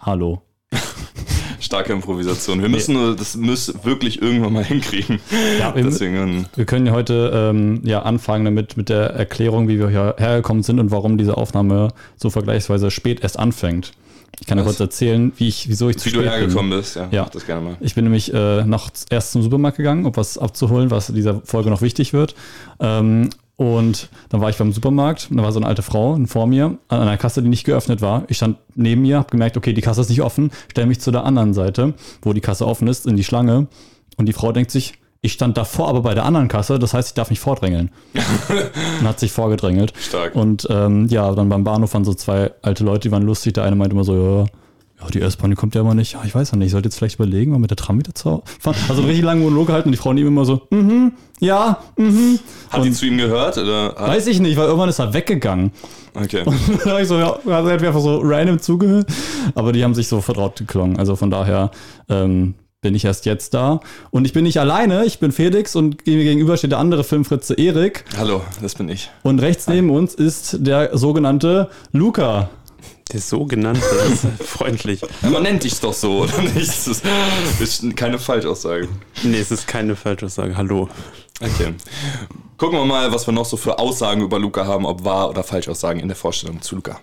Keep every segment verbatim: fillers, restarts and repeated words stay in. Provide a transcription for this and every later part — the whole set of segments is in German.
Hallo. Starke Improvisation. Wir müssen nee. das müssen wirklich irgendwann mal hinkriegen. Ja, wir, Deswegen, wir können ja heute ähm, ja, anfangen damit mit der Erklärung, wie wir hierher gekommen sind und warum diese Aufnahme so vergleichsweise spät erst anfängt. Ich kann dir kurz erzählen, wie ich, wieso ich zu wie spät bin. Wie du hergekommen bist, ja. ja. Mach das gerne mal. Ich bin nämlich äh, noch erst zum Supermarkt gegangen, um was abzuholen, was in dieser Folge noch wichtig wird. Ähm, Und dann war ich beim Supermarkt und da war so eine alte Frau vor mir an einer Kasse, die nicht geöffnet war. Ich stand neben mir, habe gemerkt, okay, die Kasse ist nicht offen, stelle mich zu der anderen Seite, wo die Kasse offen ist, in die Schlange. Und die Frau denkt sich, ich stand davor aber bei der anderen Kasse, das heißt, ich darf mich vordrängeln. Und hat sich vorgedrängelt. Stark. Und ähm, ja, dann beim Bahnhof waren so zwei alte Leute, die waren lustig. Der eine meinte immer so, ja, ja, die S-Bahn, die kommt ja immer nicht. Ja, ich weiß ja nicht, ich sollte jetzt vielleicht überlegen, mal mit der Tram wieder zu fahren. Also einen richtig langen Monolog gehalten und die Frau neben immer so, mhm, ja, mhm. Hat und die zu ihm gehört? Oder? Weiß ich nicht, weil irgendwann ist er weggegangen. Okay. Und dann habe ich so, ja, also er hat mir einfach so random zugehört. Aber die haben sich so vertraut geklungen. Also von daher ähm, bin ich erst jetzt da. Und ich bin nicht alleine, ich bin Felix und mir gegenüber steht der andere Filmfritze Erik. Hallo, das bin ich. Und rechts neben uns ist der sogenannte Luca. Der sogenannte, das ist freundlich. Ja, man nennt dich doch so, oder nicht? Das ist, ist keine Falschaussage. Nee, es ist keine Falschaussage. Hallo. Okay. Gucken wir mal, was wir noch so für Aussagen über Luca haben, ob wahr oder Falschaussagen in der Vorstellung zu Luca.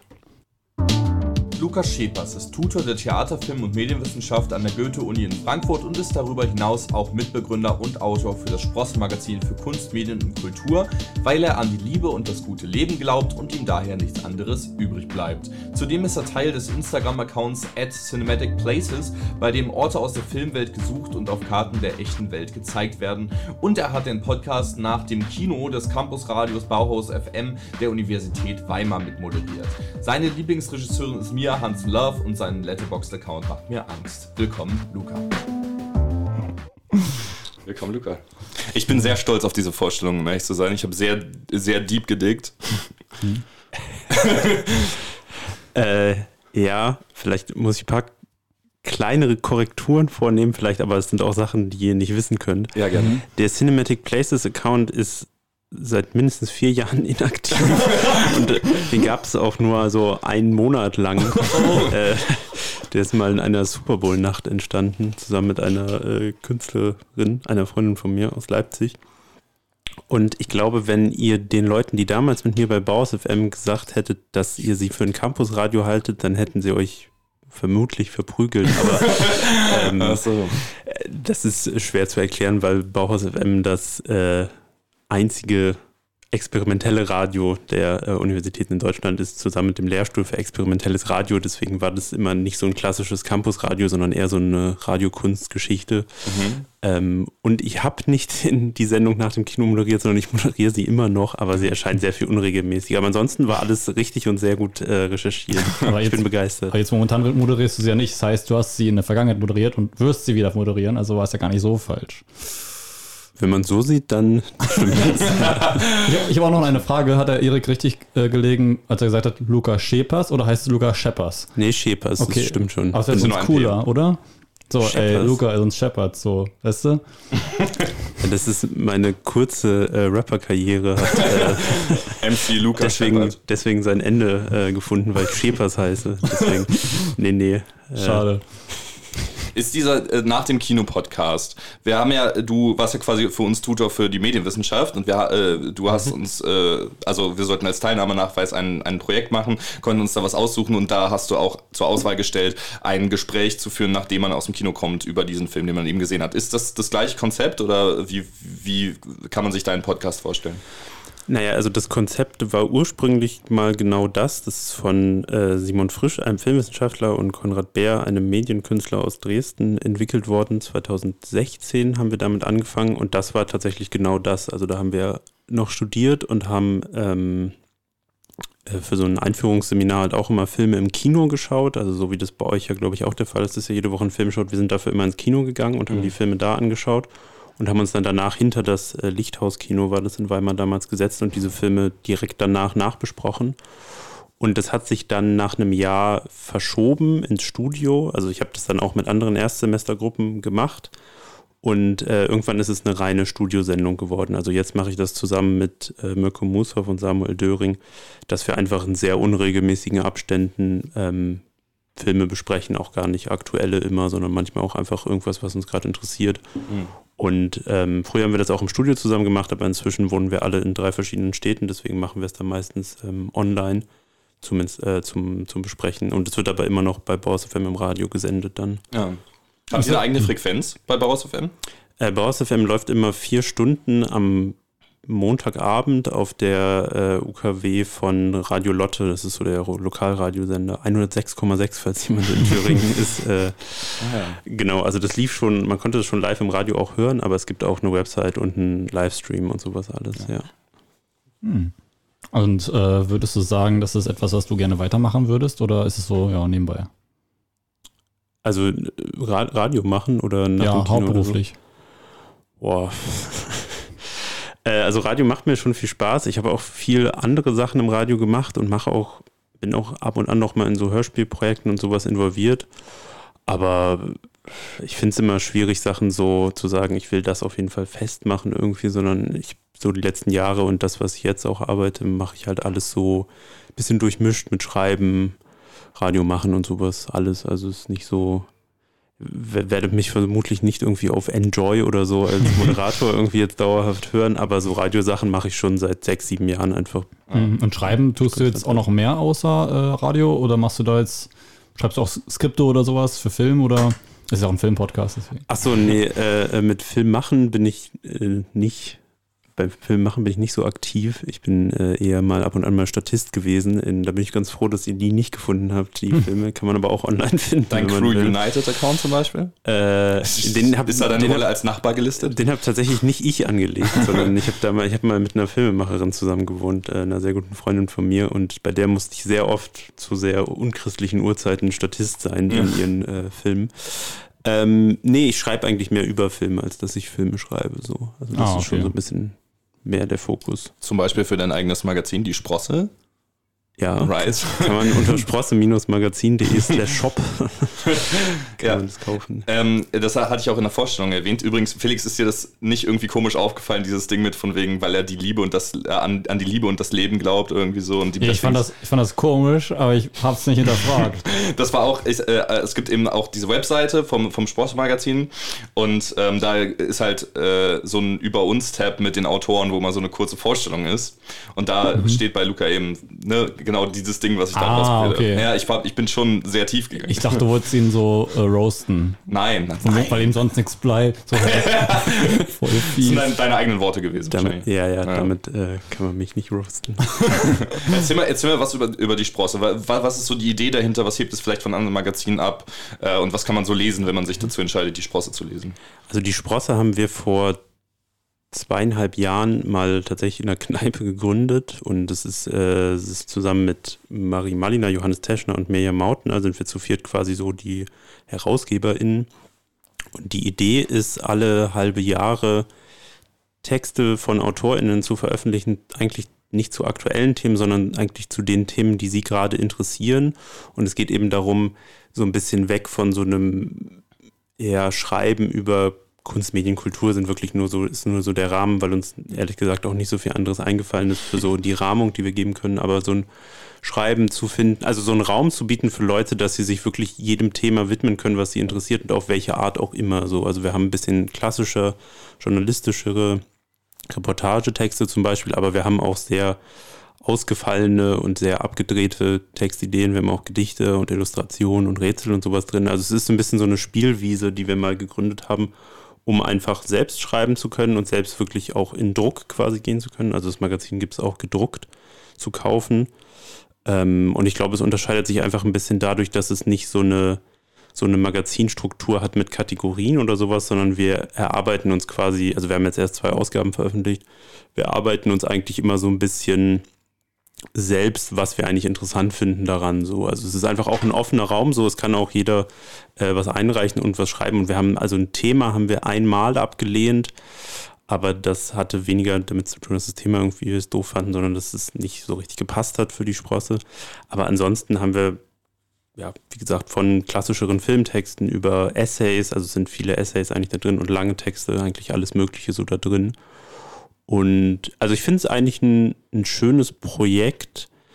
Lukas Schepers ist Tutor der Theater-, Film- und Medienwissenschaft an der Goethe-Uni in Frankfurt und ist darüber hinaus auch Mitbegründer und Autor für das Sprossen-Magazin für Kunst, Medien und Kultur, weil er an die Liebe und das gute Leben glaubt und ihm daher nichts anderes übrig bleibt. Zudem ist er Teil des Instagram-Accounts at cinematic places, bei dem Orte aus der Filmwelt gesucht und auf Karten der echten Welt gezeigt werden. Und er hat den Podcast nach dem Kino des Campusradios Bauhaus F M der Universität Weimar mitmoderiert. Seine Lieblingsregisseurin ist Mia Hans Love und sein Letterboxd-Account macht mir Angst. Willkommen, Luca. Willkommen, Luca. Ich bin sehr stolz auf diese Vorstellung, um ehrlich zu sein. Ich habe sehr, sehr deep gedickt. Hm. äh, ja, vielleicht muss ich ein paar kleinere Korrekturen vornehmen, vielleicht, aber es sind auch Sachen, die ihr nicht wissen könnt. Ja, gerne. Der Cinematic Places Account ist seit mindestens vier Jahren inaktiv. Und äh, den gab es auch nur so einen Monat lang. äh, der ist mal in einer Super Bowl-Nacht entstanden, zusammen mit einer äh, Künstlerin, einer Freundin von mir aus Leipzig. Und ich glaube, wenn ihr den Leuten, die damals mit mir bei Bauhaus F M gesagt hättet, dass ihr sie für ein Campusradio haltet, dann hätten sie euch vermutlich verprügelt. Aber ähm, Ach so. Das ist schwer zu erklären, weil Bauhaus F M das äh, einzige experimentelle Radio der äh, Universitäten in Deutschland ist, zusammen mit dem Lehrstuhl für experimentelles Radio. Deswegen war das immer nicht so ein klassisches Campusradio, sondern eher so eine Radiokunstgeschichte. Mhm. Ähm, und ich habe nicht in die Sendung nach dem Kino moderiert, sondern ich moderiere sie immer noch, aber sie erscheint sehr viel unregelmäßig. Aber ansonsten war alles richtig und sehr gut äh, recherchiert. Aber ich jetzt, bin begeistert. Aber jetzt momentan moderierst du sie ja nicht. Das heißt, du hast sie in der Vergangenheit moderiert und wirst sie wieder moderieren. Also war es ja gar nicht so falsch. Wenn man es so sieht, dann stimmt das. Ich habe auch noch eine Frage. Hat der Erik richtig äh, gelegen, als er gesagt hat, Luca Schepers oder heißt es Luca Scheppers? Nee, Schepers, okay. Das stimmt schon. Aber das ist sonst cooler, oder? So, Scheppers. Ey, Luca ist uns Shepard, so, weißt du? Ja, das ist meine kurze äh, Rapper-Karriere. Hat, äh, M C Luca deswegen, deswegen sein Ende äh, gefunden, weil ich Schepers heiße. Deswegen, nee, nee. Äh, Schade. Ist dieser äh, nach dem Kino-Podcast, wir haben ja, du warst ja quasi für uns Tutor für die Medienwissenschaft und wir, äh, du hast uns, äh, also wir sollten als Teilnahmenachweis ein, ein Projekt machen, konnten uns da was aussuchen und da hast du auch zur Auswahl gestellt, ein Gespräch zu führen, nachdem man aus dem Kino kommt, über diesen Film, den man eben gesehen hat. Ist das das gleiche Konzept oder wie, wie kann man sich deinen Podcast vorstellen? Naja, also das Konzept war ursprünglich mal genau das. Das ist von äh, Simon Frisch, einem Filmwissenschaftler, und Konrad Bär, einem Medienkünstler aus Dresden, entwickelt worden. zwanzig sechzehn haben wir damit angefangen und das war tatsächlich genau das. Also da haben wir noch studiert und haben ähm, für so ein Einführungsseminar halt auch immer Filme im Kino geschaut. Also so wie das bei euch ja, glaube ich, auch der Fall ist, dass ihr jede Woche einen Film schaut. Wir sind dafür immer ins Kino gegangen und haben mhm. die Filme da angeschaut. Und haben uns dann danach hinter das äh, Lichthauskino, war das in Weimar damals, gesetzt und diese Filme direkt danach nachbesprochen. Und das hat sich dann nach einem Jahr verschoben ins Studio. Also ich habe das dann auch mit anderen Erstsemestergruppen gemacht. Und äh, irgendwann ist es eine reine Studiosendung geworden. Also jetzt mache ich das zusammen mit äh, Mirko Mushoff und Samuel Döring, dass wir einfach in sehr unregelmäßigen Abständen ähm, Filme besprechen, auch gar nicht aktuelle immer, sondern manchmal auch einfach irgendwas, was uns gerade interessiert. Mhm. Und ähm, früher haben wir das auch im Studio zusammen gemacht, aber inzwischen wohnen wir alle in drei verschiedenen Städten, deswegen machen wir es dann meistens ähm, online, zumindest äh, zum, zum Besprechen. Und es wird aber immer noch bei Bauhaus F M im Radio gesendet dann. Ja. Habt ihr eine eigene Frequenz bei Bauhaus F M? Äh, Bauhaus F M läuft immer vier Stunden am Montagabend auf der äh, U K W von Radio Lotte, das ist so der Lokalradiosender, hundertsechs Komma sechs, falls jemand in Thüringen ist. Äh, ah, ja. Genau, also das lief schon, man konnte das schon live im Radio auch hören, aber es gibt auch eine Website und einen Livestream und sowas alles, ja. ja. Hm. Und äh, würdest du sagen, das ist etwas, was du gerne weitermachen würdest, oder ist es so, ja, nebenbei? Also Ra- Radio machen oder nach ja, dem Kino hauptberuflich. Oder so? Boah. Also Radio macht mir schon viel Spaß. Ich habe auch viel andere Sachen im Radio gemacht und mache auch, bin auch ab und an noch mal in so Hörspielprojekten und sowas involviert. Aber ich finde es immer schwierig, Sachen so zu sagen, ich will das auf jeden Fall festmachen irgendwie, sondern ich so die letzten Jahre und das, was ich jetzt auch arbeite, mache ich halt alles so ein bisschen durchmischt mit Schreiben, Radio machen und sowas alles. Also es ist nicht so... Werde mich vermutlich nicht irgendwie auf Enjoy oder so als Moderator irgendwie jetzt dauerhaft hören, aber so Radiosachen mache ich schon seit sechs, sieben Jahren einfach. Und schreiben tust du jetzt auch noch mehr außer äh, Radio oder machst du da jetzt, schreibst du auch Skripte oder sowas für Film oder ist ja auch ein Filmpodcast deswegen? Achso, nee, äh, mit Film machen bin ich äh, nicht. Beim Film machen bin ich nicht so aktiv. Ich bin äh, eher mal ab und an mal Statist gewesen. In, da bin ich ganz froh, dass ihr die nicht gefunden habt. Die hm. Filme kann man aber auch online finden. Dein Crew United-Account zum Beispiel? Äh, den hab, ist da deine Rolle hab, als Nachbar gelistet? Den habe tatsächlich nicht ich angelegt, sondern ich habe da mal, ich habe mal mit einer Filmemacherin zusammen gewohnt, äh, einer sehr guten Freundin von mir, und bei der musste ich sehr oft zu sehr unchristlichen Uhrzeiten Statist sein ja. in ihren äh, Filmen. Ähm, nee, ich schreibe eigentlich mehr über Filme, als dass ich Filme schreibe. So. Also das ah, okay. ist schon so ein bisschen mehr der Fokus. Zum Beispiel für dein eigenes Magazin, Die Sprosse? Ja, right. Kann man unter sprosse-magazin.de slash shop kann ja. man das kaufen. Ähm, das hatte ich auch in der Vorstellung erwähnt. Übrigens, Felix, ist dir das nicht irgendwie komisch aufgefallen, dieses Ding mit von wegen, weil er die Liebe und das äh, an, an die Liebe und das Leben glaubt irgendwie so. Und die ja, ich, fand das, ich fand das komisch, aber ich hab's nicht hinterfragt. Das war auch, ich, äh, es gibt eben auch diese Webseite vom, vom Sprosse-Magazin und ähm, da ist halt äh, so ein Über-uns-Tab mit den Autoren, wo mal so eine kurze Vorstellung ist. Und da mhm. steht bei Luca eben, ne, genau dieses Ding, was ich da ah, rausprobiert okay. habe. Ja, ich, war, ich bin schon sehr tief gegangen. Ich dachte, du wolltest ihn so äh, roasten. Nein, nein. nein. Weil ihm sonst nichts bleibt. So, voll fies. Das sind deine eigenen Worte gewesen. Damit, ja, ja, ja, damit äh, kann man mich nicht roasten. erzähl, mal, erzähl mal was über, über die Sprosse. Was ist so die Idee dahinter? Was hebt es vielleicht von anderen Magazinen ab? Äh, und was kann man so lesen, wenn man sich dazu entscheidet, die Sprosse zu lesen? Also die Sprosse haben wir vor zweieinhalb Jahren mal tatsächlich in der Kneipe gegründet, und das ist, äh, das ist zusammen mit Marie Malina, Johannes Teschner und Mirjam Mautner sind wir zu viert quasi so die HerausgeberInnen. Und die Idee ist, alle halbe Jahre Texte von AutorInnen zu veröffentlichen, eigentlich nicht zu aktuellen Themen, sondern eigentlich zu den Themen, die sie gerade interessieren. Und es geht eben darum, so ein bisschen weg von so einem eher Schreiben über Kunst, Medien, Kultur sind wirklich nur so, ist nur so der Rahmen, weil uns ehrlich gesagt auch nicht so viel anderes eingefallen ist für so die Rahmung, die wir geben können, aber so ein Schreiben zu finden, also so einen Raum zu bieten für Leute, dass sie sich wirklich jedem Thema widmen können, was sie interessiert und auf welche Art auch immer. So, also wir haben ein bisschen klassischer, journalistischere Reportagetexte zum Beispiel, aber wir haben auch sehr ausgefallene und sehr abgedrehte Textideen. Wir haben auch Gedichte und Illustrationen und Rätsel und sowas drin. Also es ist ein bisschen so eine Spielwiese, die wir mal gegründet haben, um einfach selbst schreiben zu können und selbst wirklich auch in Druck quasi gehen zu können. Also das Magazin gibt es auch gedruckt zu kaufen. Ähm, und ich glaube, es unterscheidet sich einfach ein bisschen dadurch, dass es nicht so eine, so eine Magazinstruktur hat mit Kategorien oder sowas, sondern wir erarbeiten uns quasi, also wir haben jetzt erst zwei Ausgaben veröffentlicht, wir erarbeiten uns eigentlich immer so ein bisschen selbst, was wir eigentlich interessant finden daran. So. Also es ist einfach auch ein offener Raum, so, es kann auch jeder äh, was einreichen und was schreiben. Und wir haben also ein Thema haben wir einmal abgelehnt, aber das hatte weniger damit zu tun, dass das Thema irgendwie es doof fanden, sondern dass es nicht so richtig gepasst hat für die Sprosse. Aber ansonsten haben wir, ja, wie gesagt, von klassischeren Filmtexten über Essays, also es sind viele Essays eigentlich da drin und lange Texte, eigentlich alles Mögliche so da drin. Und also ich finde es eigentlich ein, ein schönes Projekt,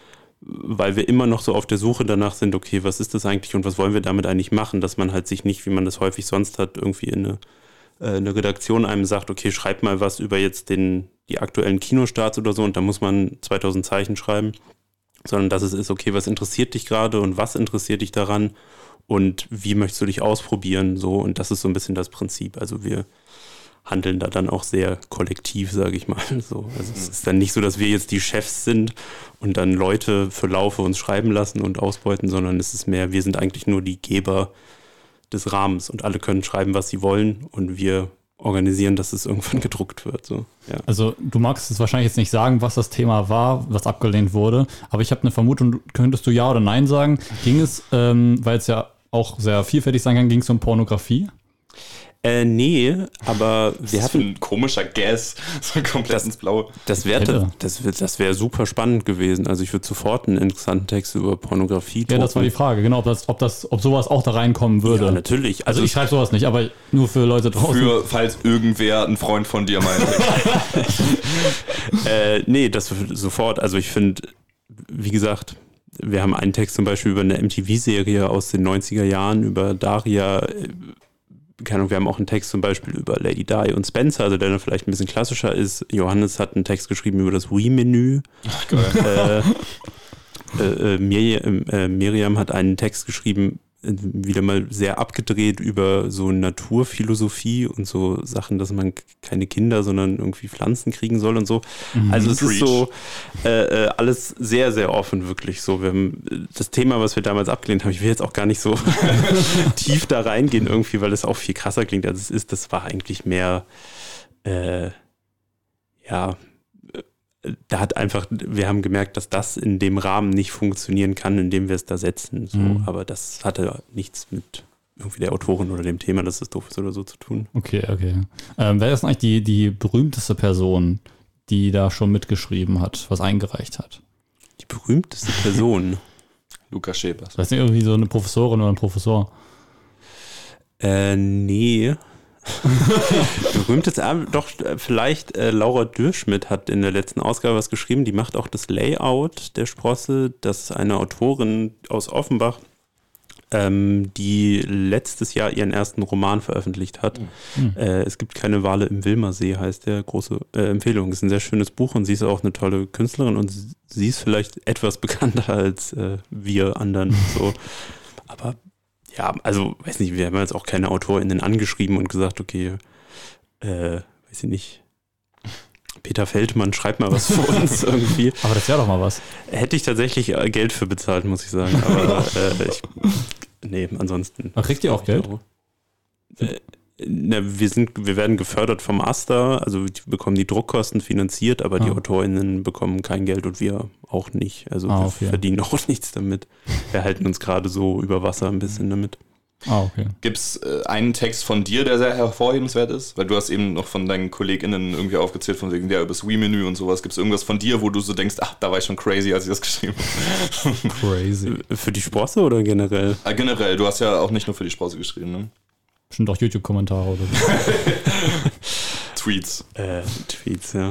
weil wir immer noch so auf der Suche danach sind, okay, was ist das eigentlich und was wollen wir damit eigentlich machen, dass man halt sich nicht, wie man das häufig sonst hat, irgendwie in eine, äh, eine Redaktion einem sagt, okay, schreib mal was über jetzt den, die aktuellen Kinostarts oder so und da muss man zweitausend Zeichen schreiben, sondern dass es ist, okay, was interessiert dich gerade und was interessiert dich daran und wie möchtest du dich ausprobieren, so, und das ist so ein bisschen das Prinzip, also wir handeln da dann auch sehr kollektiv, sage ich mal. So. Also es ist dann nicht so, dass wir jetzt die Chefs sind und dann Leute für Laufe uns schreiben lassen und ausbeuten, sondern es ist mehr, wir sind eigentlich nur die Geber des Rahmens und alle können schreiben, was sie wollen und wir organisieren, dass es irgendwann gedruckt wird. So. Ja. Also du magst es wahrscheinlich jetzt nicht sagen, was das Thema war, was abgelehnt wurde, aber ich habe eine Vermutung, könntest du ja oder nein sagen, ging es, ähm, weil es ja auch sehr vielfältig sein kann, ging es um Pornografie? Äh, nee, aber wir das hatten... ist ein komischer Guess, so komplett das, ins Blaue. Das wäre das, das wär super spannend gewesen. Also ich würde sofort einen interessanten Text über Pornografie drucken. Ja, das war die Frage, genau, ob, das, ob, das, ob sowas auch da reinkommen würde. Ja, natürlich. Also, also ich schreibe sowas nicht, aber nur für Leute draußen. Für, falls irgendwer ein Freund von dir meint. äh, nee, das sofort. Also ich finde, wie gesagt... Wir haben einen Text zum Beispiel über eine M T V-Serie aus den neunziger Jahren, über Daria. Keine Ahnung, wir haben auch einen Text zum Beispiel über Lady Di und Spencer, also der dann vielleicht ein bisschen klassischer ist. Johannes hat einen Text geschrieben über das Wii-Menü. Ach, geil. Äh, äh, Miriam, äh, Miriam hat einen Text geschrieben, wieder mal sehr abgedreht über so Naturphilosophie und so Sachen, dass man keine Kinder, sondern irgendwie Pflanzen kriegen soll und so. Mhm. Also es ist so äh, alles sehr, sehr offen, wirklich so. Wir haben das Thema, was wir damals abgelehnt haben, ich will jetzt auch gar nicht so tief da reingehen irgendwie, weil es auch viel krasser klingt, als es ist. Das war eigentlich mehr äh, ja da hat einfach, wir haben gemerkt, dass das in dem Rahmen nicht funktionieren kann, in dem wir es da setzen. So. Mhm. Aber das hatte nichts mit irgendwie der Autorin oder dem Thema, dass es doof ist oder so zu tun. Okay, okay. Ähm, wer ist eigentlich die, die berühmteste Person, die da schon mitgeschrieben hat, was eingereicht hat? Die berühmteste Person? Lukas Schepers. Das ist nicht irgendwie so eine Professorin oder ein Professor? Äh, nee. Berühmtes, äh, doch vielleicht äh, Laura Dürschmidt hat in der letzten Ausgabe was geschrieben, die macht auch das Layout der Sprosse, das ist eine Autorin aus Offenbach, ähm, die letztes Jahr ihren ersten Roman veröffentlicht hat. Mhm. Äh, es gibt keine Wale im Wilmersee, heißt der, große äh, Empfehlung. Es ist ein sehr schönes Buch und sie ist auch eine tolle Künstlerin und sie ist vielleicht etwas bekannter als äh, wir anderen, so. Aber ja, also, weiß nicht, wir haben jetzt auch keine AutorInnen angeschrieben und gesagt, okay, äh, weiß ich nicht, Peter Feldmann, schreib mal was für uns irgendwie. Aber das wäre doch mal was. Hätte ich tatsächlich Geld für bezahlt, muss ich sagen. Aber äh, ich, nee, ansonsten. Ach, kriegt ihr auch Geld? Äh, na, wir sind, wir werden gefördert vom AStA, also die bekommen die Druckkosten finanziert, aber ah. die AutorInnen bekommen kein Geld und wir auch nicht. Also ah, okay. wir verdienen auch nichts damit. Wir halten uns gerade so über Wasser ein bisschen damit. Ah, okay. Gibt es äh, einen Text von dir, der sehr hervorhebenswert ist? Weil du hast eben noch von deinen KollegInnen irgendwie aufgezählt, von wegen der über das Wii-Menü und sowas. Gibt es irgendwas von dir, wo du so denkst, ach, da war ich schon crazy, als ich das geschrieben habe? Crazy. Für die Sprosse oder generell? Ah, generell, du hast ja auch nicht nur für die Sprosse geschrieben, ne? Bestimmt auch YouTube-Kommentare oder so. Tweets. Äh, Tweets, ja.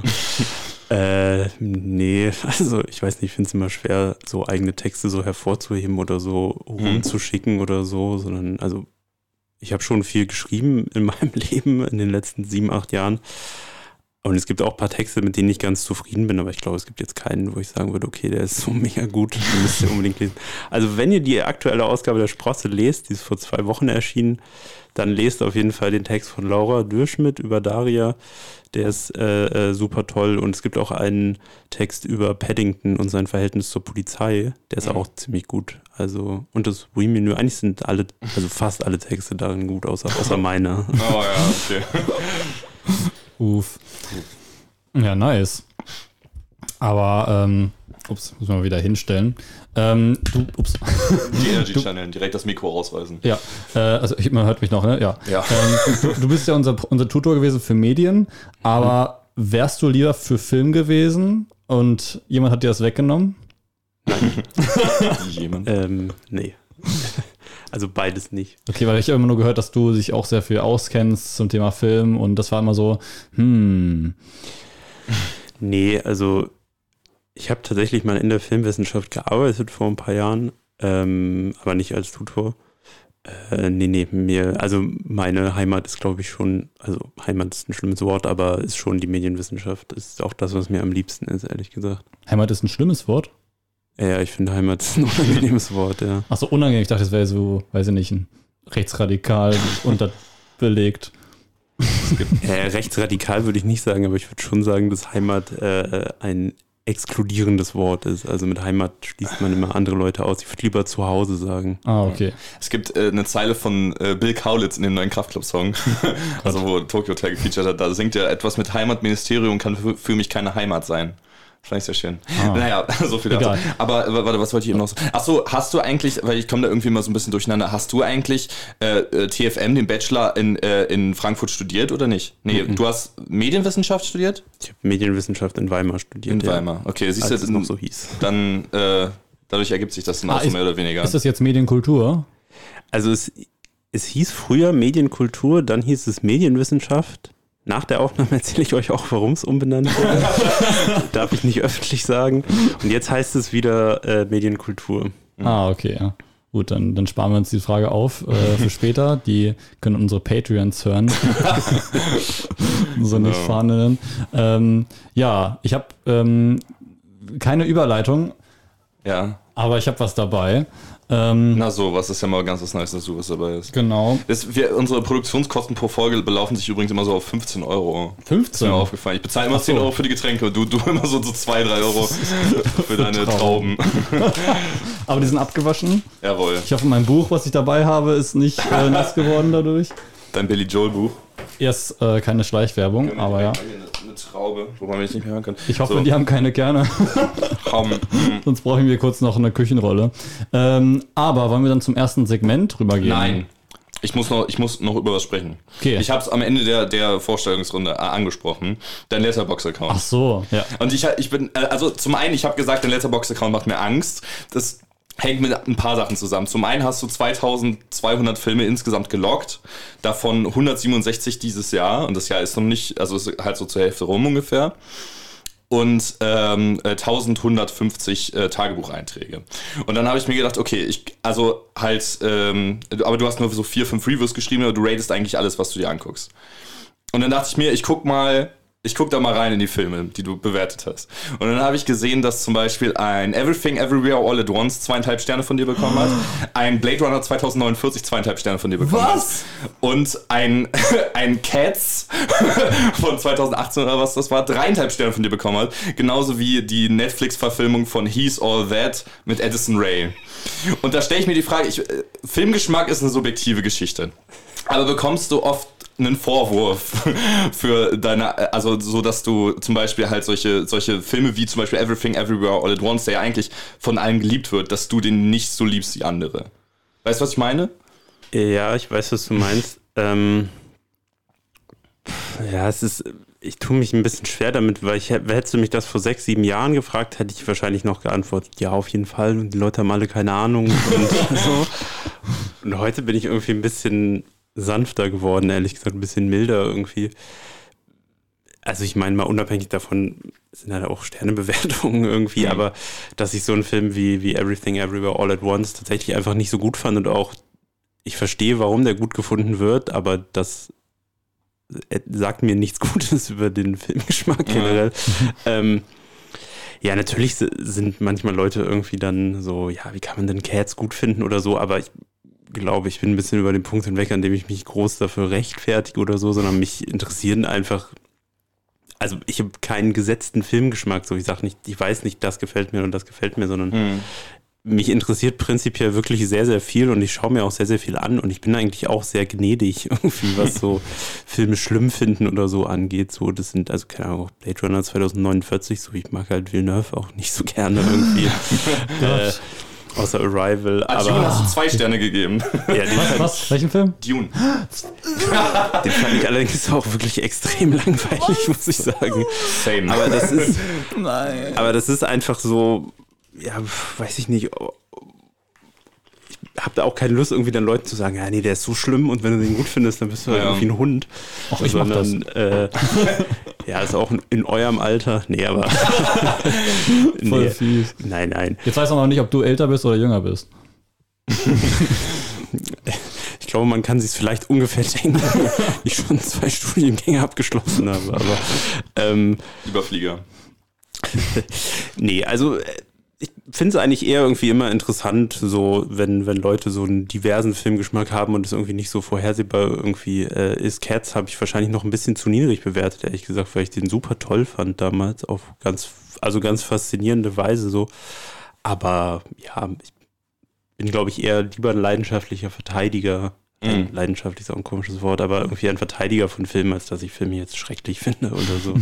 äh, nee, also ich weiß nicht, ich finde es immer schwer, so eigene Texte so hervorzuheben oder so rumzuschicken mhm. oder so, sondern also ich habe schon viel geschrieben in meinem Leben in den letzten sieben, acht Jahren. Und es gibt auch ein paar Texte, mit denen ich ganz zufrieden bin, aber ich glaube, es gibt jetzt keinen, wo ich sagen würde, okay, der ist so mega gut, den müsst ihr unbedingt lesen. Also wenn ihr die aktuelle Ausgabe der Sprosse lest, die ist vor zwei Wochen erschienen, dann lest auf jeden Fall den Text von Laura Dürschmidt über Daria, der ist äh, äh, super toll. Und es gibt auch einen Text über Paddington und sein Verhältnis zur Polizei, der ist mhm. auch ziemlich gut. Also, und das Wii-Menü, eigentlich sind alle, also fast alle Texte darin gut, außer, außer meiner. Oh ja, okay. Uff. Ja, nice. Aber, ähm, ups, muss man mal wieder hinstellen. Ähm, du, ups. Die Energy Channel, direkt das Mikro rausreißen. Ja, äh, also ich, man hört mich noch, ne? Ja. ja. Ähm, du, du bist ja unser, unser Tutor gewesen für Medien, aber mhm. wärst du lieber für Film gewesen und jemand hat dir das weggenommen? Nein. Jemand? Ähm, nee. Also beides nicht. Okay, weil ich habe immer nur gehört, dass du dich auch sehr viel auskennst zum Thema Film und das war immer so, hm. Nee, also Ich habe tatsächlich mal in der Filmwissenschaft gearbeitet vor ein paar Jahren, ähm, aber nicht als Tutor. Äh, nee, nee, mir, also meine Heimat ist, glaube ich, schon, also Heimat ist ein schlimmes Wort, aber ist schon die Medienwissenschaft. Ist auch das, was mir am liebsten ist, ehrlich gesagt. Heimat ist ein schlimmes Wort? Ja, ich finde Heimat ist ein unangenehmes Wort, ja. Ach so, unangenehm. Ich dachte, das wäre so, weiß ich nicht, ein rechtsradikal unterbelegt. Äh, rechtsradikal würde ich nicht sagen, aber ich würde schon sagen, dass Heimat äh, ein exkludierendes Wort ist. Also mit Heimat schließt man immer andere Leute aus. Ich würde lieber zu Hause sagen. Ah, okay. Es gibt äh, eine Zeile von äh, Bill Kaulitz in dem neuen Kraftclub-Song, also wo Tokyo Hotel gefeatured hat. Da singt er etwas mit Heimatministerium, kann für, für mich keine Heimat sein. Fand ich sehr schön. Ah. Naja, so viel dazu. Aber warte, was wollte ich eben noch sagen? Achso, hast du eigentlich, weil ich komme da irgendwie mal so ein bisschen durcheinander, hast du eigentlich äh, T F M, den Bachelor in, äh, in Frankfurt studiert oder nicht? Nee, mhm. Du hast Medienwissenschaft studiert? Ich habe Medienwissenschaft in Weimar studiert. In ja. Weimar, okay. Siehst Als du, es noch so hieß. Dann, äh, dadurch ergibt sich das dann ah, auch so ist, mehr oder weniger. Ist das jetzt Medienkultur? Also es, es hieß früher Medienkultur, dann hieß es Medienwissenschaft. Nach der Aufnahme erzähle ich euch auch, warum es umbenannt wurde. Darf ich nicht öffentlich sagen. Und jetzt heißt es wieder äh, Medienkultur. Mhm. Ah, okay, ja. Gut, dann, dann sparen wir uns die Frage auf äh, für später. Die können unsere Patreons hören. So nicht Fahrenden. Ähm, ja, ich habe ähm, keine Überleitung. Ja. Aber ich habe was dabei. Ähm, Na so, was ist ja mal ganz was Neues, dass du was dabei ist. Genau. Das, wir, unsere Produktionskosten pro Folge belaufen sich übrigens immer so auf fünfzehn Euro. fünfzehn? Das ist mir aufgefallen. Ich bezahle immer Ach so. zehn Euro für die Getränke und du, du immer so, so zwei, drei Euro für deine Trauben. Aber die sind abgewaschen. Jawohl. Ich hoffe, mein Buch, was ich dabei habe, ist nicht äh, nass geworden dadurch. Dein Billy Joel Buch. Erst äh, keine Schleichwerbung, aber ja. Eine, eine Traube, wo man mich nicht mehr hören kann. Ich hoffe, so. die haben keine Kerne. Sonst brauchen wir kurz noch eine Küchenrolle. Ähm, aber wollen wir dann zum ersten Segment rübergehen? Nein. Ich muss noch, ich muss noch über was sprechen. Okay. Ich habe es am Ende der, der Vorstellungsrunde äh, angesprochen. Dein Letterboxd-Account. Ach so, ja. Und ich, ich bin, äh, also zum einen, ich habe gesagt, dein Letterboxd-Account macht mir Angst. Das hängt mit ein paar Sachen zusammen. Zum einen hast du zweitausendzweihundert Filme insgesamt geloggt, davon hundertsiebenundsechzig dieses Jahr. Und das Jahr ist noch nicht, also ist halt so zur Hälfte rum ungefähr. Und ähm, elfhundertfünfzig äh, Tagebucheinträge. Und dann habe ich mir gedacht, okay, ich, also halt, ähm, aber du hast nur so vier, fünf Reviews geschrieben, aber du ratest eigentlich alles, was du dir anguckst. Und dann dachte ich mir, ich guck mal, ich guck da mal rein in die Filme, die du bewertet hast. Und dann habe ich gesehen, dass zum Beispiel ein Everything Everywhere All at Once zweieinhalb Sterne von dir bekommen hat, ein Blade Runner zweitausendneunundvierzig zweieinhalb Sterne von dir bekommen Was? hat. Und ein, ein Cats von zweitausendachtzehn oder was das war, dreieinhalb Sterne von dir bekommen hat. Genauso wie die Netflix-Verfilmung von He's All That mit Addison Rae. Und da stelle ich mir die Frage, ich, Filmgeschmack ist eine subjektive Geschichte. Aber bekommst du oft einen Vorwurf für deine, also so, dass du zum Beispiel halt solche, solche Filme wie zum Beispiel Everything Everywhere All at Once, der ja eigentlich von allen geliebt wird, dass du den nicht so liebst wie andere. Weißt du, was ich meine? Ja, ich weiß, was du meinst. ähm, ja, es ist, ich tue mich ein bisschen schwer damit, weil ich, hättest du mich das vor sechs, sieben Jahren gefragt, hätte ich wahrscheinlich noch geantwortet, ja, auf jeden Fall, und die Leute haben alle keine Ahnung und so. Und heute bin ich irgendwie ein bisschen sanfter geworden, ehrlich gesagt, ein bisschen milder irgendwie. Also ich meine mal, unabhängig davon sind halt auch Sternebewertungen irgendwie, mhm. aber dass ich so einen Film wie, wie Everything Everywhere All at Once tatsächlich einfach nicht so gut fand und auch, ich verstehe, warum der gut gefunden wird, aber das sagt mir nichts Gutes über den Filmgeschmack generell. Mhm. ähm, ja, natürlich sind manchmal Leute irgendwie dann so, ja, wie kann man denn Cats gut finden oder so, aber ich glaube, ich bin ein bisschen über den Punkt hinweg, an dem ich mich groß dafür rechtfertige oder so, sondern mich interessieren einfach, also ich habe keinen gesetzten Filmgeschmack, so ich sage nicht, ich weiß nicht, das gefällt mir und das gefällt mir, sondern hm. mich interessiert prinzipiell wirklich sehr, sehr viel und ich schaue mir auch sehr, sehr viel an und ich bin eigentlich auch sehr gnädig irgendwie, was so Filme schlimm finden oder so angeht. So, das sind, also keine Ahnung, Blade Runner zweitausendneunundvierzig, so ich mag halt Villeneuve auch nicht so gerne irgendwie. äh, Außer Arrival. Ah, aber Dune hast du zwei Sterne gegeben. Ja, den was, fand, was? Welchen Film? Dune. Den fand ich allerdings auch wirklich extrem langweilig, muss ich sagen. Same. Aber das ist, Nein. aber das ist einfach so, ja, weiß ich nicht. Ich habe da auch keine Lust, irgendwie dann Leuten zu sagen, ja, nee, der ist so schlimm und wenn du den gut findest, dann bist du halt ja. irgendwie ein Hund. Ach, ich mach das. Äh, Ja, ist auch in eurem Alter. Nee, aber. Voll nee. fies. Nein, nein. Jetzt weiß man noch nicht, ob du älter bist oder jünger bist. Ich glaube, man kann sich es vielleicht ungefähr denken, weil ich schon zwei Studiengänge abgeschlossen habe. Aber, ähm, Überflieger. Nee, also ich finde es eigentlich eher irgendwie immer interessant, so wenn, wenn Leute so einen diversen Filmgeschmack haben und es irgendwie nicht so vorhersehbar irgendwie äh, ist. Cats habe ich wahrscheinlich noch ein bisschen zu niedrig bewertet, ehrlich gesagt, weil ich den super toll fand damals, auf ganz, also ganz faszinierende Weise so. Aber ja, ich bin, glaube ich, eher lieber ein leidenschaftlicher Verteidiger. Mhm. Leidenschaftlich ist auch ein komisches Wort, aber irgendwie ein Verteidiger von Filmen, als dass ich Filme jetzt schrecklich finde oder so.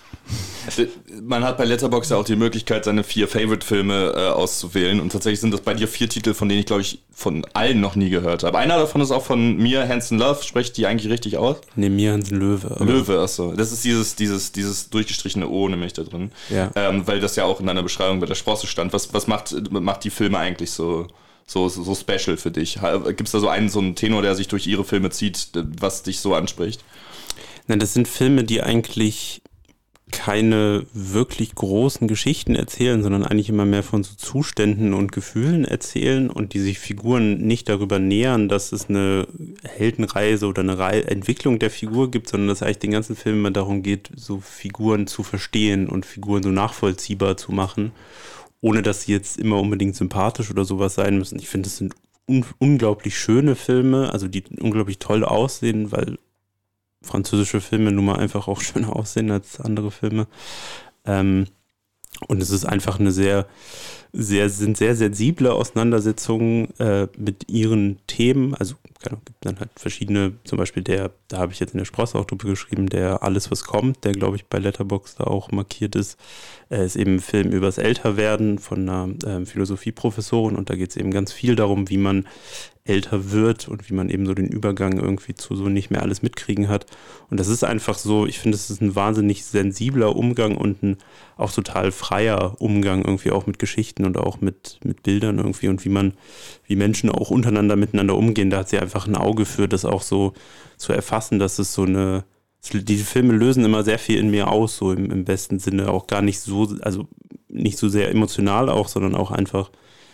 Man hat bei Letterboxd ja auch die Möglichkeit, seine vier Favorite-Filme äh, auszuwählen. Und tatsächlich sind das bei dir vier Titel, von denen ich, glaube ich, von allen noch nie gehört habe. Einer davon ist auch von mir, Hanson Love. Sprecht die eigentlich richtig aus? Nee, mir Hanson Löwe. Aber Löwe, achso. Das ist dieses, dieses, dieses durchgestrichene O nämlich da drin. Ja. Ähm, weil das ja auch in deiner Beschreibung bei der Sprosse stand. Was, was macht, macht die Filme eigentlich so, so, so special für dich? Gibt es da so einen, so einen Tenor, der sich durch ihre Filme zieht, was dich so anspricht? Nein, das sind Filme, die eigentlich keine wirklich großen Geschichten erzählen, sondern eigentlich immer mehr von so Zuständen und Gefühlen erzählen und die sich Figuren nicht darüber nähern, dass es eine Heldenreise oder eine Re- Entwicklung der Figur gibt, sondern dass eigentlich den ganzen Film immer darum geht, so Figuren zu verstehen und Figuren so nachvollziehbar zu machen, ohne dass sie jetzt immer unbedingt sympathisch oder sowas sein müssen. Ich finde, es sind un- unglaublich schöne Filme, also die unglaublich toll aussehen, weil französische Filme nun mal einfach auch schöner aussehen als andere Filme. Ähm, und es ist einfach eine sehr, sehr, sind sehr sensible Auseinandersetzungen äh, mit ihren Themen. Also es gibt dann halt verschiedene, zum Beispiel der, da habe ich jetzt in der Sprosse auch drüber geschrieben, der Alles, was kommt, der glaube ich bei Letterboxd da auch markiert ist, äh, ist eben ein Film übers Älterwerden von einer äh, Philosophieprofessorin und da geht es eben ganz viel darum, wie man älter wird und wie man eben so den Übergang irgendwie zu so nicht mehr alles mitkriegen hat. Und das ist einfach so, ich finde, es ist ein wahnsinnig sensibler Umgang und ein auch total freier Umgang irgendwie auch mit Geschichten und auch mit, mit Bildern irgendwie und wie man, wie Menschen auch untereinander miteinander umgehen. Da hat sie einfach ein Auge für, das auch so zu erfassen, dass es so eine, diese Filme lösen immer sehr viel in mir aus, so im, im besten Sinne, auch gar nicht so, also nicht so sehr emotional auch, sondern auch einfach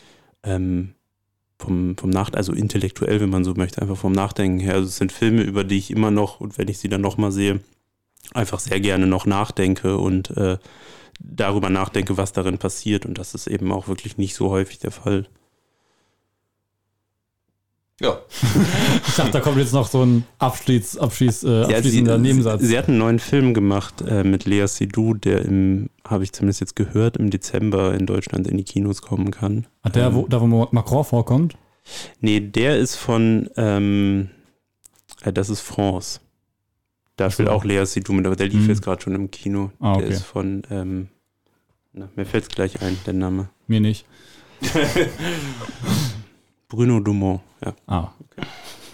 ähm, Vom, vom Nach- also intellektuell, wenn man so möchte, einfach vom Nachdenken her. Also es sind Filme, über die ich immer noch, und wenn ich sie dann nochmal sehe, einfach sehr gerne noch nachdenke und äh, darüber nachdenke, was darin passiert. Und das ist eben auch wirklich nicht so häufig der Fall. Ja. Ich dachte, da kommt jetzt noch so ein Abschließ, Abschließ, äh, abschließender ja, sie, Nebensatz. Sie, sie hat einen neuen Film gemacht äh, mit Lea Seydoux, der im, habe ich zumindest jetzt gehört, im Dezember in Deutschland in die Kinos kommen kann. Hat der, ähm, wo, da wo Macron vorkommt? Nee, der ist von, ähm, äh, das ist France. Da spielt auch Lea Seydoux mit, aber der lief hm. jetzt gerade schon im Kino. Ah, okay. Der ist von, ähm, na, mir fällt es gleich ein, der Name. Mir nicht. Bruno Dumont, ja. Ah, okay.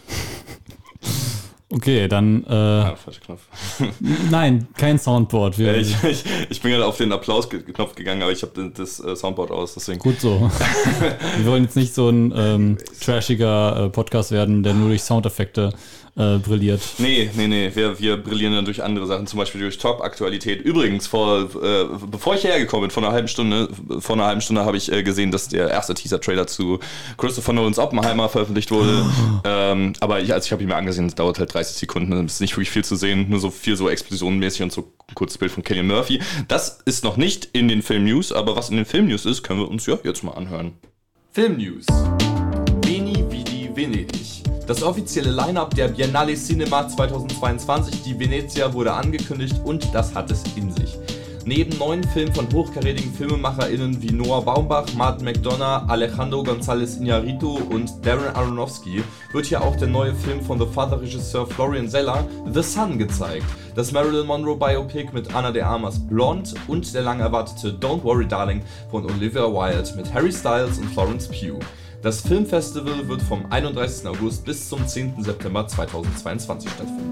Okay, dann. Äh, ah, falscher Knopf. Nein, kein Soundboard. Wir, ich, ich, ich bin gerade auf den Applausknopf gegangen, aber ich habe das äh, Soundboard aus, deswegen. Gut so. Wir wollen jetzt nicht so ein ähm, trashiger äh, Podcast werden, der nur durch Soundeffekte äh, brilliert. Nee, nee, nee. Wir, wir brillieren dann durch andere Sachen, zum Beispiel durch Top-Aktualität. Übrigens, vor, äh, bevor ich hierher gekommen bin, vor einer halben Stunde, vor einer halben Stunde habe ich äh, gesehen, dass der erste Teaser-Trailer zu Christopher Nolans Oppenheimer veröffentlicht wurde. ähm, aber ich, also ich habe ihn mir angesehen, es dauert halt dreißig Sekunden, es ist nicht wirklich viel zu sehen, nur so viel so explosionenmäßig und so ein kurzes Bild von Cillian Murphy. Das ist noch nicht in den Film-News, aber was in den Film-News ist, können wir uns ja jetzt mal anhören. Film-News. Veni Vidi Venedig. Das offizielle Line-Up der Biennale Cinema zweitausendzweiundzwanzig, die Venezia, wurde angekündigt und das hat es in sich. Neben neuen Filmen von hochkarätigen FilmemacherInnen wie Noah Baumbach, Martin McDonagh, Alejandro González Iñárritu und Darren Aronofsky wird hier auch der neue Film von The Father-Regisseur Florian Zeller, The Sun, gezeigt. Das Marilyn Monroe Biopic mit Ana de Armas Blonde und der lang erwartete Don't Worry Darling von Olivia Wilde mit Harry Styles und Florence Pugh. Das Filmfestival wird vom einunddreißigsten August bis zum zehnten September zweitausendzweiundzwanzig stattfinden.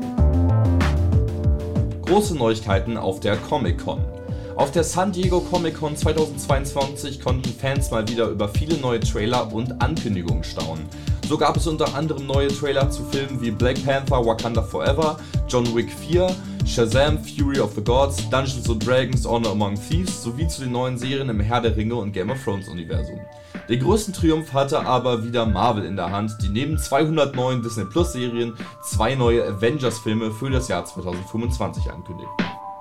Große Neuigkeiten auf der Comic-Con. Auf der San Diego Comic-Con zweitausendzweiundzwanzig konnten Fans mal wieder über viele neue Trailer und Ankündigungen staunen. So gab es unter anderem neue Trailer zu Filmen wie Black Panther Wakanda Forever, John Wick vier, Shazam Fury of the Gods, Dungeons and Dragons Honor Among Thieves sowie zu den neuen Serien im Herr der Ringe und Game of Thrones Universum. Den größten Triumph hatte aber wieder Marvel in der Hand, die neben zweihundert neuen Disney Plus Serien zwei neue Avengers Filme für das Jahr zweitausendfünfundzwanzig ankündigt.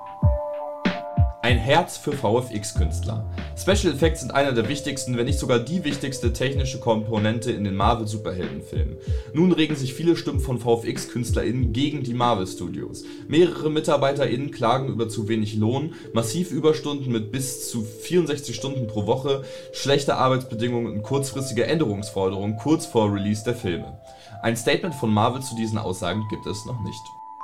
Ein Herz für V F X-Künstler. Special Effects sind einer der wichtigsten, wenn nicht sogar die wichtigste technische Komponente in den Marvel-Superheldenfilmen. Nun regen sich viele Stimmen von V F X-KünstlerInnen gegen die Marvel-Studios. Mehrere MitarbeiterInnen klagen über zu wenig Lohn, massiv Überstunden mit bis zu vierundsechzig Stunden pro Woche, schlechte Arbeitsbedingungen und kurzfristige Änderungsforderungen kurz vor Release der Filme. Ein Statement von Marvel zu diesen Aussagen gibt es noch nicht.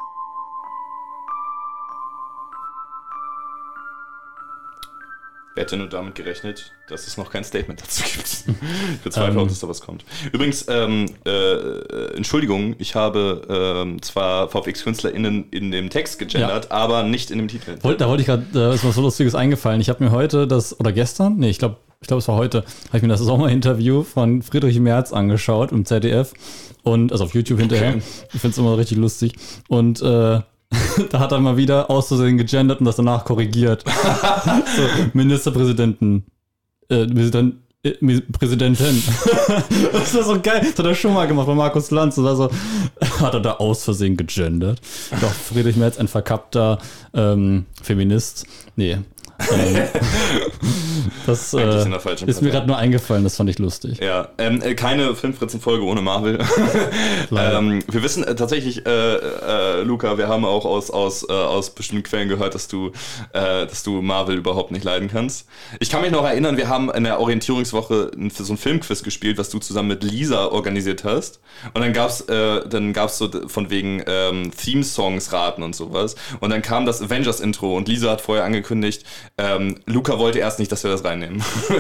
Wer hätte nur damit gerechnet, dass es noch kein Statement dazu gibt? Ich bezweifle auch, dass da was kommt. Übrigens, ähm, äh, Entschuldigung, ich habe ähm, zwar V F X-KünstlerInnen in dem Text gegendert, ja, aber nicht in dem Titel. Wollt, da wollte ich gerade, da ist was so Lustiges eingefallen. Ich habe mir heute das, oder gestern, nee, ich glaube, ich glaube, es war heute, habe ich mir das Sommerinterview von Friedrich Merz angeschaut im Z D F und, also auf YouTube hinterher. Okay. Ich finde es immer richtig lustig. Und, äh, da hat er mal wieder aus Versehen gegendert und das danach korrigiert. So, Ministerpräsidenten. Äh, Präsident, äh, Präsidentin. Das war so geil. Das hat er schon mal gemacht bei Markus Lanz. Das war so, hat er da aus Versehen gegendert. Doch, Friedrich Merz, ein verkappter ähm, Feminist. Nee. ähm, das äh, ist mir gerade nur eingefallen, das fand ich lustig. Ja, ähm, keine Filmfritzen-Folge ohne Marvel. ähm, wir wissen äh, tatsächlich, äh, äh, Luca, wir haben auch aus, aus, äh, aus bestimmten Quellen gehört, dass du, äh, dass du Marvel überhaupt nicht leiden kannst. Ich kann mich noch erinnern, wir haben in der Orientierungswoche so ein Filmquiz gespielt, was du zusammen mit Lisa organisiert hast. Und dann gab's, äh, dann gab's so von wegen ähm, Theme-Songs raten und sowas. Und dann kam das Avengers-Intro und Lisa hat vorher angekündigt, Ähm, Luca wollte erst nicht, dass wir das reinnehmen.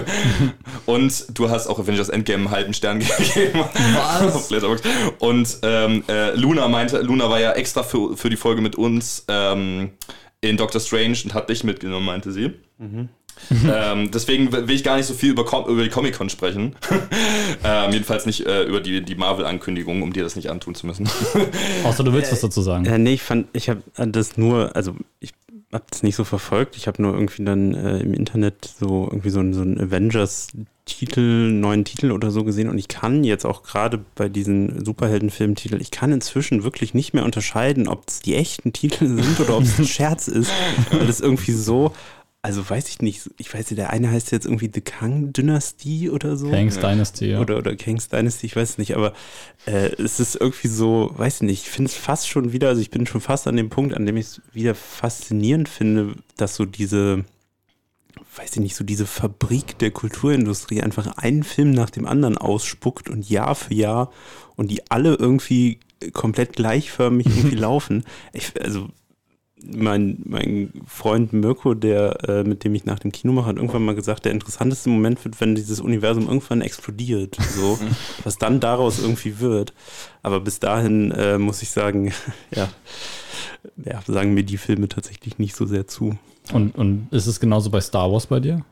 Und du hast auch Avengers Endgame einen halben Stern gegeben. Was? Und ähm, äh, Luna meinte, Luna war ja extra für, für die Folge mit uns ähm, in Doctor Strange und hat dich mitgenommen, meinte sie. Mhm. ähm, deswegen will ich gar nicht so viel über, Com- über die Comic-Con sprechen. ähm, jedenfalls nicht äh, über die, die Marvel-Ankündigung, um dir das nicht antun zu müssen. Außer du willst was dazu sagen. Äh, nee, ich fand, ich habe das nur, also ich habe das nicht so verfolgt. Ich habe nur irgendwie dann äh, im Internet so irgendwie so, so einen Avengers-Titel, neuen Titel oder so gesehen und ich kann jetzt auch gerade bei diesen Superhelden-Filmtiteln, ich kann inzwischen wirklich nicht mehr unterscheiden, ob es die echten Titel sind oder ob es ein Scherz ist, weil das irgendwie so, also weiß ich nicht, ich weiß nicht, der eine heißt jetzt irgendwie The Kang-Dynastie oder so. Kang's ja. Dynasty, ja. Oder, oder Kang's Dynasty, ich weiß es nicht, aber äh, es ist irgendwie so, weiß ich nicht, ich finde es fast schon wieder, also ich bin schon fast an dem Punkt, an dem ich es wieder faszinierend finde, dass so diese, weiß ich nicht, so diese Fabrik der Kulturindustrie einfach einen Film nach dem anderen ausspuckt und Jahr für Jahr und die alle irgendwie komplett gleichförmig irgendwie laufen. Ich, also Mein, mein Freund Mirko, der, äh, mit dem ich nach dem Kino mache, hat irgendwann mal gesagt, der interessanteste Moment wird, wenn dieses Universum irgendwann explodiert. So, was dann daraus irgendwie wird. Aber bis dahin äh, muss ich sagen, ja, ja, sagen mir die Filme tatsächlich nicht so sehr zu. Und, und ist es genauso bei Star Wars bei dir?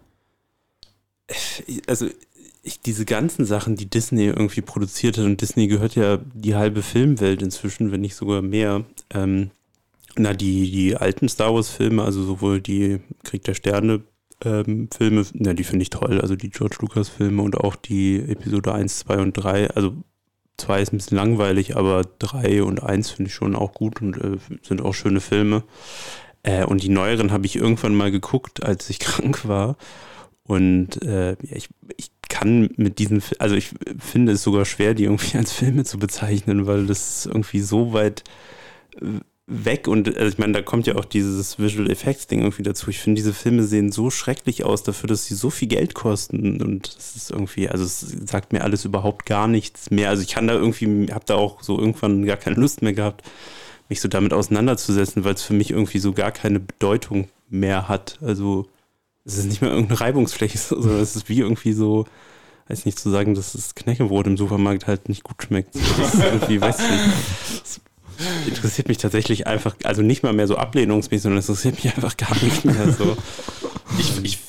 Also ich, diese ganzen Sachen, die Disney irgendwie produziert hat, und Disney gehört ja die halbe Filmwelt inzwischen, wenn nicht sogar mehr, ähm, Na, die, die alten Star Wars-Filme, also sowohl die Krieg der Sterne-Filme, ähm, na, die finde ich toll, also die George Lucas-Filme und auch die Episode eins, zwei und drei, also zwei ist ein bisschen langweilig, aber drei und eins finde ich schon auch gut und äh, sind auch schöne Filme. Äh, und die neueren habe ich irgendwann mal geguckt, als ich krank war und äh, ja, ich, ich kann mit diesen, also ich finde es sogar schwer, die irgendwie als Filme zu bezeichnen, weil das irgendwie so weit weg und also ich meine, da kommt ja auch dieses Visual Effects Ding irgendwie dazu. Ich finde, diese Filme sehen so schrecklich aus dafür, dass sie so viel Geld kosten und das ist irgendwie, also es sagt mir alles überhaupt gar nichts mehr. Also ich kann da irgendwie, habe da auch so irgendwann gar keine Lust mehr gehabt, mich so damit auseinanderzusetzen, weil es für mich irgendwie so gar keine Bedeutung mehr hat. Also es ist nicht mehr irgendeine Reibungsfläche, sondern es ist wie irgendwie so, weiß nicht, zu sagen, dass das Knäckebrot im Supermarkt halt nicht gut schmeckt. Das ist irgendwie, weiß ich nicht. Interessiert mich tatsächlich einfach, also nicht mal mehr so ablehnungsmäßig, sondern es interessiert mich einfach gar nicht mehr so. Ich, ich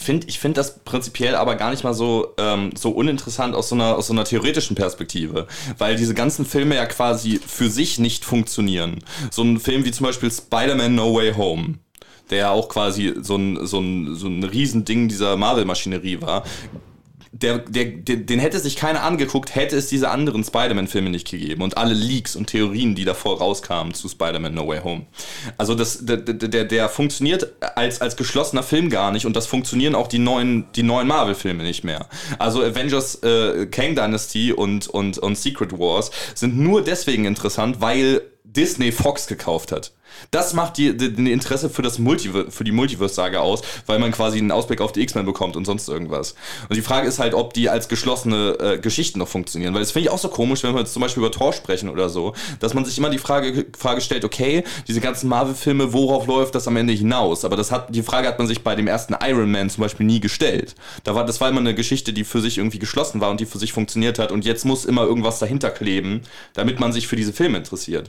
finde ich find das prinzipiell aber gar nicht mal so, ähm, so uninteressant aus so, einer, aus so einer theoretischen Perspektive, weil diese ganzen Filme ja quasi für sich nicht funktionieren. So ein Film wie zum Beispiel Spider-Man No Way Home, der ja auch quasi so ein, so ein, so ein Riesending dieser Marvel-Maschinerie war, Der, der, der, den hätte sich keiner angeguckt, hätte es diese anderen Spider-Man-Filme nicht gegeben und alle Leaks und Theorien, die davor rauskamen zu Spider-Man No Way Home. Also das, der, der, der funktioniert als, als geschlossener Film gar nicht und das funktionieren auch die neuen, die neuen Marvel-Filme nicht mehr. Also Avengers, äh, Kang Dynasty und, und, und Secret Wars sind nur deswegen interessant, weil Disney Fox gekauft hat. Das macht die, die, die Interesse für, das Multiver- für die Multiverse-Saga aus, weil man quasi einen Ausblick auf die X-Men bekommt und sonst irgendwas. Und die Frage ist halt, ob die als geschlossene äh, Geschichten noch funktionieren. Weil das finde ich auch so komisch, wenn wir jetzt zum Beispiel über Thor sprechen oder so, dass man sich immer die Frage, Frage stellt, okay, diese ganzen Marvel-Filme, worauf läuft das am Ende hinaus? Aber das hat, die Frage hat man sich bei dem ersten Iron Man zum Beispiel nie gestellt. Da war, das war immer eine Geschichte, die für sich irgendwie geschlossen war und die für sich funktioniert hat. Und jetzt muss immer irgendwas dahinter kleben, damit man sich für diese Filme interessiert.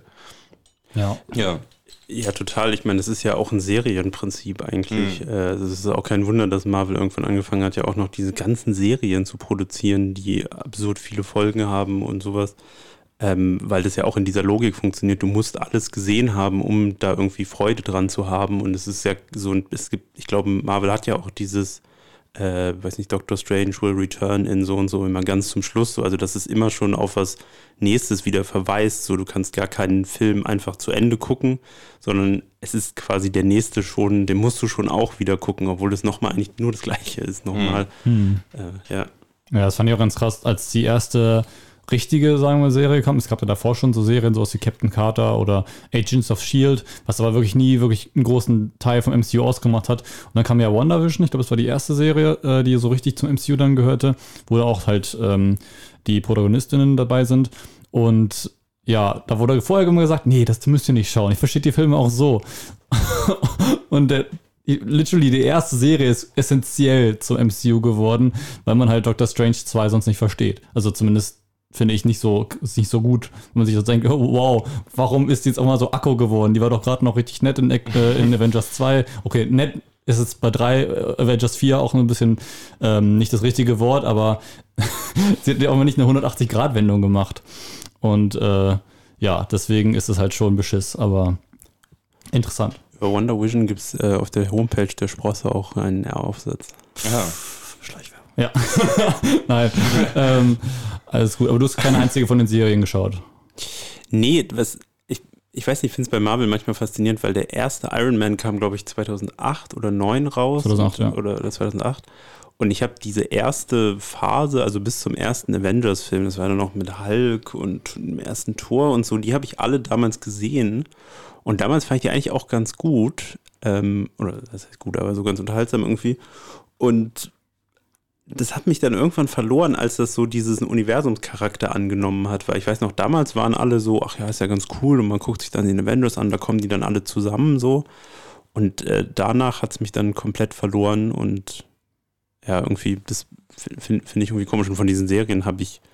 Ja. Ja. Ja, total. Ich meine, das ist ja auch ein Serienprinzip eigentlich. Mhm. Es ist auch kein Wunder, dass Marvel irgendwann angefangen hat, ja auch noch diese ganzen Serien zu produzieren, die absurd viele Folgen haben und sowas. Ähm, weil das ja auch in dieser Logik funktioniert. Du musst alles gesehen haben, um da irgendwie Freude dran zu haben. Und es ist ja so ein, es gibt, ich glaube, Marvel hat ja auch dieses, äh, weiß nicht, Doctor Strange will return in so und so immer ganz zum Schluss. So. Also das ist immer schon auf was Nächstes wieder verweist. So, du kannst gar keinen Film einfach zu Ende gucken, sondern es ist quasi der nächste schon, den musst du schon auch wieder gucken, obwohl es nochmal eigentlich nur das Gleiche ist. Nochmal. Hm. Äh, ja. Ja, das fand ich auch ganz krass, als die erste richtige, sagen wir, Serie kam. Es gab ja davor schon so Serien, sowas wie Captain Carter oder Agents of S H I E L D, was aber wirklich nie wirklich einen großen Teil vom M C U ausgemacht hat. Und dann kam ja WandaVision, ich glaube, das war die erste Serie, äh, die so richtig zum M C U dann gehörte, wo da auch halt ähm, die Protagonistinnen dabei sind. Und ja, da wurde vorher immer gesagt, nee, das müsst ihr nicht schauen. Ich verstehe die Filme auch so. Und der literally die erste Serie ist essentiell zum M C U geworden, weil man halt Doctor Strange zwei sonst nicht versteht. Also zumindest finde ich nicht so, ist nicht so gut, wenn man sich so denkt, oh, wow, warum ist die jetzt auch mal so Akku geworden? Die war doch gerade noch richtig nett in, äh, in Avengers zwei. Okay, nett ist jetzt bei drei, äh, Avengers vier auch ein bisschen ähm, nicht das richtige Wort, aber sie hat ja auch mal nicht eine hundertachtzig-Grad-Wendung gemacht. Und äh, ja, deswegen ist es halt schon Beschiss, aber interessant. Über WandaVision gibt es äh, auf der Homepage der Sprosse auch einen Aufsatz. Ja. Schleichwerbung. Ja. Nein. ähm, alles gut. Aber du hast keine einzige von den Serien geschaut. Nee, was ich, ich weiß nicht, ich finde es bei Marvel manchmal faszinierend, weil der erste Iron Man kam, glaube ich, zweitausendacht oder neun raus. zweitausendacht, ja. Oder, oder zweitausendacht. Und ich habe diese erste Phase, also bis zum ersten Avengers-Film, das war dann noch mit Hulk und dem ersten Tor und so, die habe ich alle damals gesehen. Und damals fand ich die eigentlich auch ganz gut. Ähm, oder das heißt gut, aber so ganz unterhaltsam irgendwie. Und das hat mich dann irgendwann verloren, als das so diesen Universumscharakter angenommen hat. Weil ich weiß noch, damals waren alle so, ach ja, ist ja ganz cool. Und man guckt sich dann den Avengers an, da kommen die dann alle zusammen so. Und äh, danach hat es mich dann komplett verloren. Und ja, irgendwie, das finde find ich irgendwie komisch. Und von diesen Serien habe ich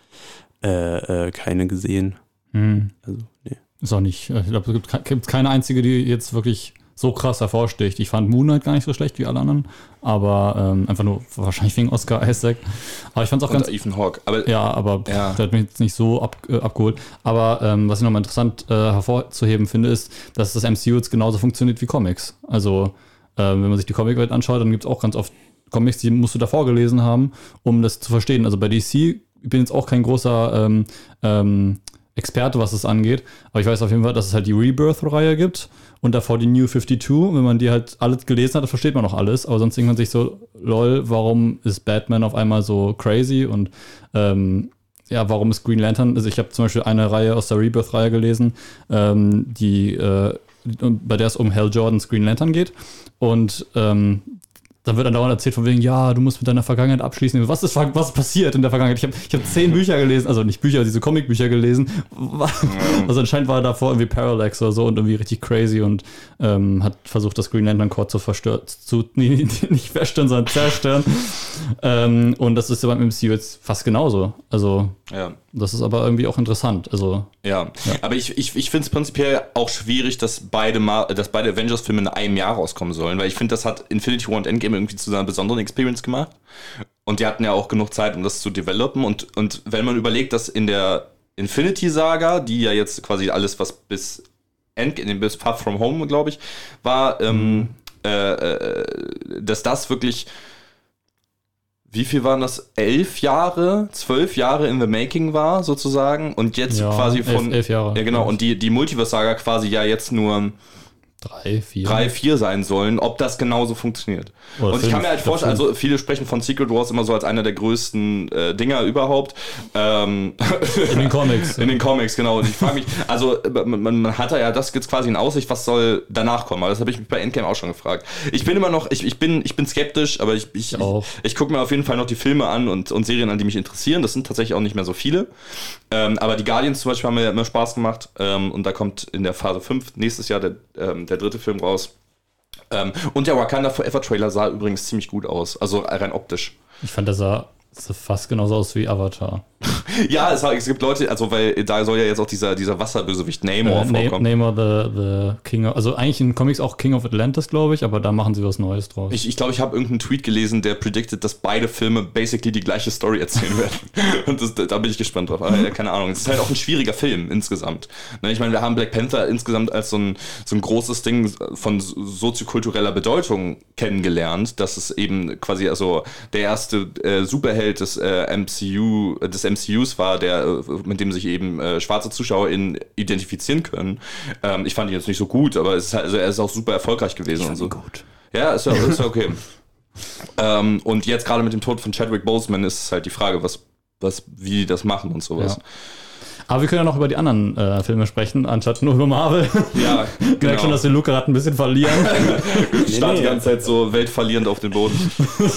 äh, äh, keine gesehen. Mhm. Also, nee. Ist auch nicht, ich glaube, es gibt, gibt keine einzige, die jetzt wirklich so krass hervorsticht. Ich fand Moon Knight gar nicht so schlecht wie alle anderen, aber ähm, einfach nur wahrscheinlich wegen Oscar Isaac. Aber ich fand es auch Und ganz... Ethan Hawke. Aber Ja, aber Ja. der hat mich jetzt nicht so ab, äh, abgeholt. Aber ähm, was ich nochmal interessant äh, hervorzuheben finde, ist, dass das M C U jetzt genauso funktioniert wie Comics. Also, äh, wenn man sich die Comicwelt anschaut, dann gibt es auch ganz oft Comics, die musst du davor gelesen haben, um das zu verstehen. Also bei D C, ich bin jetzt auch kein großer ähm, ähm, Experte, was das angeht, aber ich weiß auf jeden Fall, dass es halt die Rebirth-Reihe gibt und davor die New fifty-two. Wenn man die halt alles gelesen hat, dann versteht man auch alles, aber sonst denkt man sich so, lol, warum ist Batman auf einmal so crazy und ähm, ja, warum ist Green Lantern, also ich habe zum Beispiel eine Reihe aus der Rebirth-Reihe gelesen, ähm, die, äh, bei der es um Hal Jordans Green Lantern geht und ähm, dann wird andauernd erzählt von wegen, ja, du musst mit deiner Vergangenheit abschließen. Was ist, was ist passiert in der Vergangenheit? Ich habe ich hab zehn Bücher gelesen, also nicht Bücher, diese Comicbücher gelesen. Also anscheinend war er davor irgendwie Parallax oder so und irgendwie richtig crazy und ähm, hat versucht, das Green Lantern Corps zu verstören, zu, nee, nicht verstören, sondern zerstören. ähm, und das ist ja beim M C U jetzt fast genauso. Also ja. Das ist aber irgendwie auch interessant. Also Ja, ja. aber ich, ich, ich finde es prinzipiell auch schwierig, dass beide, Mar- dass beide Avengers-Filme in einem Jahr rauskommen sollen, weil ich finde, das hat Infinity War und Endgame irgendwie zu einer besonderen Experience gemacht. Und die hatten ja auch genug Zeit, um das zu developen. Und, und wenn man überlegt, dass in der Infinity-Saga, die ja jetzt quasi alles, was bis End, bis Far From Home, glaube ich, war, ähm, mhm. äh, äh, dass das wirklich, wie viel waren das? Elf Jahre, zwölf Jahre in the making war, sozusagen. Und jetzt ja, quasi von. Elf, elf Jahre. Ja, genau. Und die, die Multiverse-Saga quasi ja jetzt nur. Drei, vier. Drei, vier sein sollen, ob das genauso funktioniert. Oder und fünf, ich kann mir halt vorstellen, also viele sprechen von Secret Wars immer so als einer der größten äh, Dinger überhaupt. Ähm, in den Comics. In den Comics, genau. Und ich frage mich, also man, man hat da ja das jetzt quasi in Aussicht, was soll danach kommen? Aber das habe ich mich bei Endgame auch schon gefragt. Ich bin immer noch, ich, ich, bin, ich bin skeptisch, aber ich, ich, ich, ich, ich gucke mir auf jeden Fall noch die Filme an und, und Serien an, die mich interessieren. Das sind tatsächlich auch nicht mehr so viele. Ähm, aber die Guardians zum Beispiel haben mir immer Spaß gemacht. Ähm, und da kommt in der Phase fünf nächstes Jahr der ähm, der dritte Film raus. Ähm, und der Wakanda Forever Trailer sah übrigens ziemlich gut aus. Also rein optisch. Ich fand, der sah fast genauso aus wie Avatar. Ja, es, es gibt Leute, also weil da soll ja jetzt auch dieser, dieser Wasserbösewicht Namor äh, vorkommen. Namor, the, the King of, also eigentlich in den Comics auch King of Atlantis, glaube ich, aber da machen sie was Neues draus. Ich glaube, ich, glaub, ich habe irgendeinen Tweet gelesen, der predicted, dass beide Filme basically die gleiche Story erzählen werden. Und das, da bin ich gespannt drauf. Aber keine Ahnung, es ist halt auch ein schwieriger Film insgesamt. Ich meine, wir haben Black Panther insgesamt als so ein, so ein großes Ding von soziokultureller Bedeutung kennengelernt, dass es eben quasi also der erste äh, Superheld des äh, M C U, des M C Us war, der, mit dem sich eben äh, schwarze ZuschauerInnen identifizieren können. Ähm, ich fand ihn jetzt nicht so gut, aber es ist halt, also er ist auch super erfolgreich gewesen. Ich und so. Gut. Ja, ist ja, ist ja okay. ähm, und jetzt gerade mit dem Tod von Chadwick Boseman ist es halt die Frage, was, was, wie die das machen und sowas. Ja. Aber wir können ja noch über die anderen äh, Filme sprechen, anstatt nur über Marvel. Ja, genau. Ich merke schon, dass wir Luca gerade ein bisschen verlieren. Ich stand die ganze Zeit so weltverlierend auf den Boden.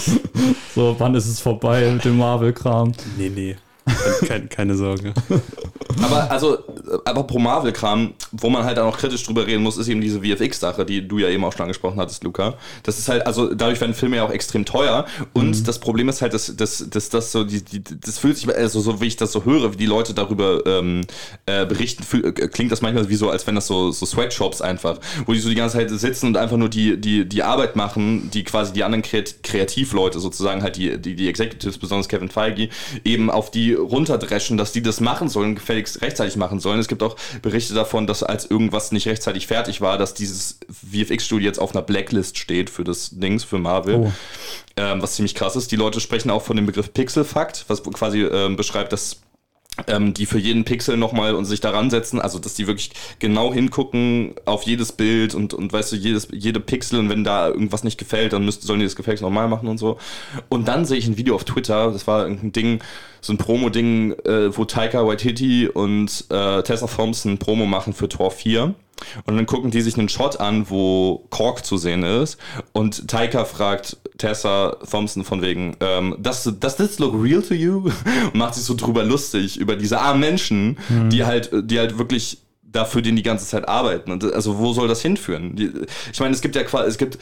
So, wann ist es vorbei mit dem Marvel-Kram? Nee, nee. Keine, keine Sorge. Aber also, aber pro Marvel-Kram, wo man halt auch kritisch drüber reden muss, ist eben diese V F X-Sache, die du ja eben auch schon angesprochen hattest, Luca. Das ist halt, also dadurch werden Filme ja auch extrem teuer. Und mhm. das Problem ist halt, dass, dass, dass das so, die, die, das fühlt sich, also so wie ich das so höre, wie die Leute darüber ähm, äh, berichten, fühl, klingt das manchmal wie so, als wenn das so, so Sweatshops einfach, wo die so die ganze Zeit sitzen und einfach nur die, die, die Arbeit machen, die quasi die anderen Kreat- Kreativleute sozusagen halt die, die, die Executives, besonders Kevin Feige, eben auf die runterdreschen, dass die das machen sollen, gefälligst rechtzeitig machen sollen. Es gibt auch Berichte davon, dass als irgendwas nicht rechtzeitig fertig war, dass dieses V F X-Studio jetzt auf einer Blacklist steht für das Dings, für Marvel. Oh. Ähm, was ziemlich krass ist. Die Leute sprechen auch von dem Begriff Pixel-Fakt, was quasi ähm, beschreibt, dass ähm, die für jeden Pixel nochmal und sich daran setzen, also dass die wirklich genau hingucken auf jedes Bild und, und weißt du, jedes, jede Pixel und wenn da irgendwas nicht gefällt, dann müssen, sollen die das gefälligst nochmal machen und so. Und dann sehe ich ein Video auf Twitter, das war irgendein Ding, so ein Promo-Ding, äh, wo Taika Waititi und äh, Tessa Thompson Promo machen für Tor vier. Und dann gucken die sich einen Shot an, wo Korg zu sehen ist. Und Taika fragt Tessa Thompson von wegen, ähm, does, does this look real to you? Und macht sich so drüber lustig über diese armen Menschen, mhm. die halt, die halt wirklich dafür den die ganze Zeit arbeiten. Und also wo soll das hinführen? Die, ich meine, es gibt ja quasi, es gibt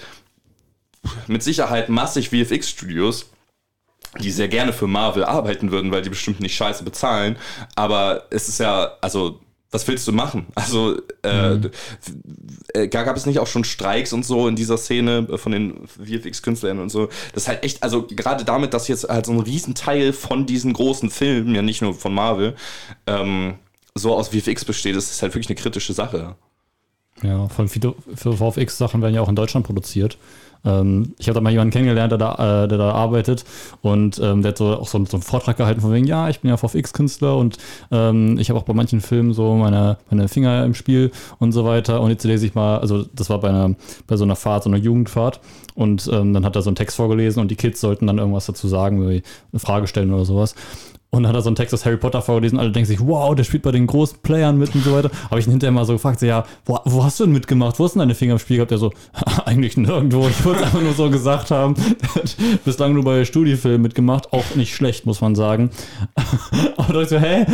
mit Sicherheit massig V F X-Studios, die sehr gerne für Marvel arbeiten würden, weil die bestimmt nicht scheiße bezahlen. Aber es ist ja, also was willst du machen? Also äh, mhm. äh, gab es nicht auch schon Streiks und so in dieser Szene von den V F X-Künstlern und so? Das ist halt echt, also gerade damit, dass jetzt halt so ein Riesenteil von diesen großen Filmen, ja nicht nur von Marvel, ähm, so aus V F X besteht, das ist halt wirklich eine kritische Sache. Ja, von viele für V F X-Sachen werden ja auch in Deutschland produziert. Ähm, ich habe da mal jemanden kennengelernt, der da, äh, der da arbeitet und ähm, der hat so auch so, so einen Vortrag gehalten von wegen, ja, ich bin ja V F X-Künstler und ähm, ich habe auch bei manchen Filmen so meine, meine Finger im Spiel und so weiter. Und jetzt lese ich mal, also das war bei einer bei so einer Fahrt, so einer Jugendfahrt und ähm, dann hat er so einen Text vorgelesen und die Kids sollten dann irgendwas dazu sagen, wie eine Frage stellen oder sowas. Und dann hat er so einen Text aus Harry Potter vorgelesen, alle denken sich, wow, der spielt bei den großen Playern mit und so weiter. Habe ich ihn hinterher mal so gefragt, so, ja, wo, wo hast du denn mitgemacht? Wo hast du denn deine Finger im Spiel gehabt? Der so, eigentlich nirgendwo. Ich wollte es einfach nur so gesagt haben. Der hat bislang nur bei Studiofilmen mitgemacht. Auch nicht schlecht, muss man sagen. Aber da dachte ich so, hä?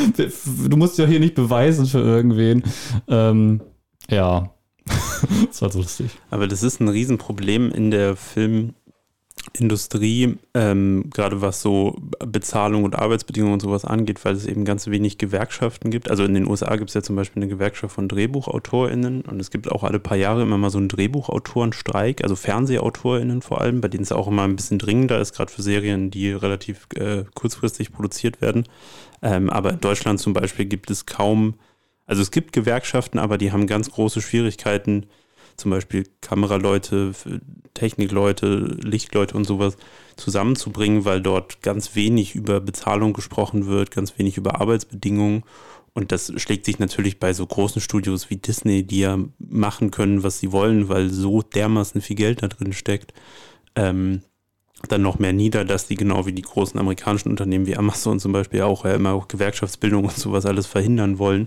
Du musst ja hier nicht beweisen für irgendwen. Ähm, ja, das war so lustig. Aber das ist ein Riesenproblem in der Film- Industrie, ähm, gerade was so Bezahlung und Arbeitsbedingungen und sowas angeht, weil es eben ganz wenig Gewerkschaften gibt. Also in den U S A gibt es ja zum Beispiel eine Gewerkschaft von DrehbuchautorInnen und es gibt auch alle paar Jahre immer mal so einen Drehbuchautorenstreik, also FernsehautorInnen vor allem, bei denen es auch immer ein bisschen dringender ist, gerade für Serien, die relativ äh, kurzfristig produziert werden. Ähm, aber in Deutschland zum Beispiel gibt es kaum, also es gibt Gewerkschaften, aber die haben ganz große Schwierigkeiten, zum Beispiel Kameraleute, Technikleute, Lichtleute und sowas zusammenzubringen, weil dort ganz wenig über Bezahlung gesprochen wird, ganz wenig über Arbeitsbedingungen. Und das schlägt sich natürlich bei so großen Studios wie Disney, die ja machen können, was sie wollen, weil so dermaßen viel Geld da drin steckt, ähm, dann noch mehr nieder, dass die genau wie die großen amerikanischen Unternehmen wie Amazon zum Beispiel auch ja immer auch Gewerkschaftsbildung und sowas alles verhindern wollen.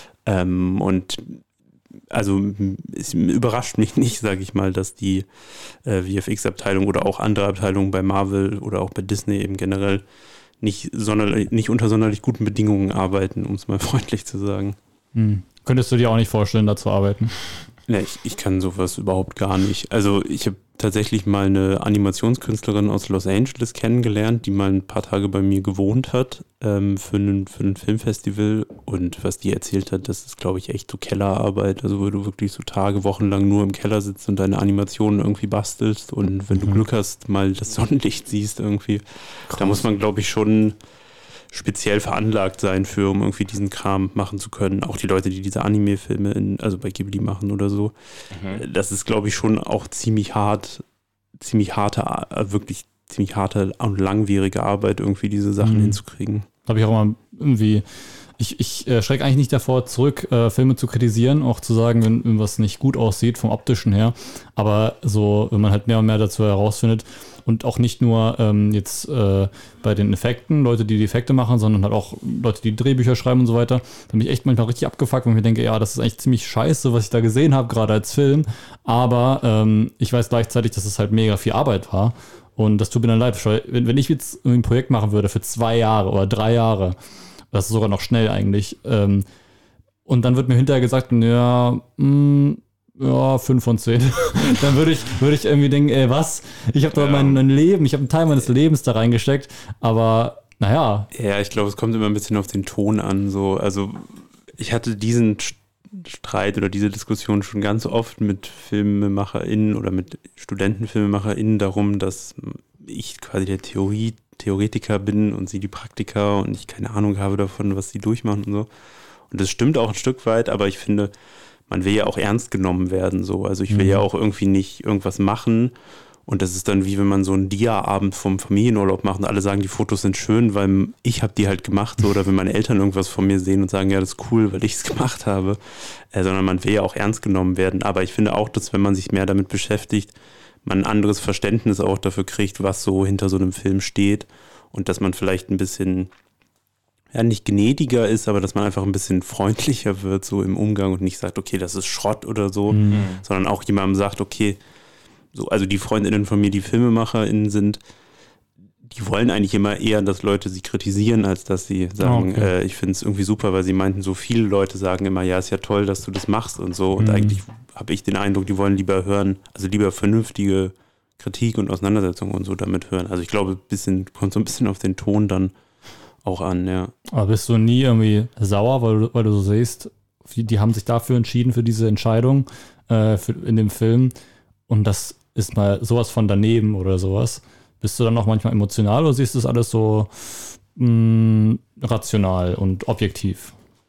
Ähm, und also es überrascht mich nicht, sage ich mal, dass die äh, V F X-Abteilung oder auch andere Abteilungen bei Marvel oder auch bei Disney eben generell nicht, sonderlich, nicht unter sonderlich guten Bedingungen arbeiten, um es mal freundlich zu sagen. Hm. Könntest du dir auch nicht vorstellen, da zu arbeiten? Ne, ich, ich kann sowas überhaupt gar nicht. Also ich habe tatsächlich mal eine Animationskünstlerin aus Los Angeles kennengelernt, die mal ein paar Tage bei mir gewohnt hat ähm, für ein für ein Filmfestival. Und was die erzählt hat, das ist, glaube ich, echt so Kellerarbeit. Also wo du wirklich so Tage, wochenlang nur im Keller sitzt und deine Animationen irgendwie bastelst. Und wenn du Mhm. Glück hast, mal das Sonnenlicht siehst irgendwie. Krass. Da muss man, glaube ich, schon speziell veranlagt sein für, um irgendwie diesen Kram machen zu können. Auch die Leute, die diese Anime-Filme in, also bei Ghibli machen oder so. Mhm. Das ist, glaube ich, schon auch ziemlich hart, ziemlich harte, wirklich ziemlich harte und langwierige Arbeit, irgendwie diese Sachen mhm. hinzukriegen. Habe ich auch mal irgendwie, ich, ich äh, schrecke eigentlich nicht davor zurück, äh, Filme zu kritisieren, auch zu sagen, wenn irgendwas nicht gut aussieht vom Optischen her. Aber so, wenn man halt mehr und mehr dazu herausfindet, und auch nicht nur ähm, jetzt äh, bei den Effekten, Leute, die die Effekte machen, sondern halt auch Leute, die Drehbücher schreiben und so weiter. Da bin ich echt manchmal richtig abgefuckt, wenn ich mir denke, ja, das ist eigentlich ziemlich scheiße, was ich da gesehen habe, gerade als Film. Aber ähm, ich weiß gleichzeitig, dass es halt mega viel Arbeit war. Und das tut mir dann leid. Wenn, wenn ich jetzt ein Projekt machen würde für zwei Jahre oder drei Jahre, das ist sogar noch schnell eigentlich, ähm, und dann wird mir hinterher gesagt, ja, mh, ja, fünf von zehn. Dann würde ich, würde ich irgendwie denken, ey, was? Ich habe doch ja. mein, mein Leben, ich habe einen Teil meines Lebens da reingesteckt, aber naja. Ja, ich glaube, es kommt immer ein bisschen auf den Ton an. So. Also ich hatte diesen Streit oder diese Diskussion schon ganz oft mit FilmemacherInnen oder mit StudentenfilmemacherInnen darum, dass ich quasi der Theorie, Theoretiker bin und sie die Praktiker und ich keine Ahnung habe davon, was sie durchmachen und so. Und das stimmt auch ein Stück weit, aber ich finde, man will ja auch ernst genommen werden, so. Also ich will mhm. ja auch irgendwie nicht irgendwas machen und das ist dann wie wenn man so einen Dia-Abend vom Familienurlaub macht und alle sagen, die Fotos sind schön, weil ich habe die halt gemacht, so. Oder wenn meine Eltern irgendwas von mir sehen und sagen, ja, das ist cool, weil ich es gemacht habe, äh, sondern man will ja auch ernst genommen werden. Aber ich finde auch, dass wenn man sich mehr damit beschäftigt, man ein anderes Verständnis auch dafür kriegt, was so hinter so einem Film steht und dass man vielleicht ein bisschen ja, nicht gnädiger ist, aber dass man einfach ein bisschen freundlicher wird so im Umgang und nicht sagt, okay, das ist Schrott oder so, mhm. sondern auch jemandem sagt, okay, so, also die FreundInnen von mir, die FilmemacherInnen sind, die wollen eigentlich immer eher, dass Leute sie kritisieren, als dass sie sagen, okay. äh, ich finde es irgendwie super, weil sie meinten, so viele Leute sagen immer, ja, ist ja toll, dass du das machst und so. Und mhm. eigentlich habe ich den Eindruck, die wollen lieber hören, also lieber vernünftige Kritik und Auseinandersetzung und so damit hören. Also ich glaube, ein bisschen, kommt so ein bisschen auf den Ton dann auch an, ja. Aber bist du nie irgendwie sauer, weil du, weil du so siehst, die, die haben sich dafür entschieden, für diese Entscheidung äh, für, in dem Film und das ist mal sowas von daneben oder sowas. Bist du dann auch manchmal emotional oder siehst du das alles so mh, rational und objektiv?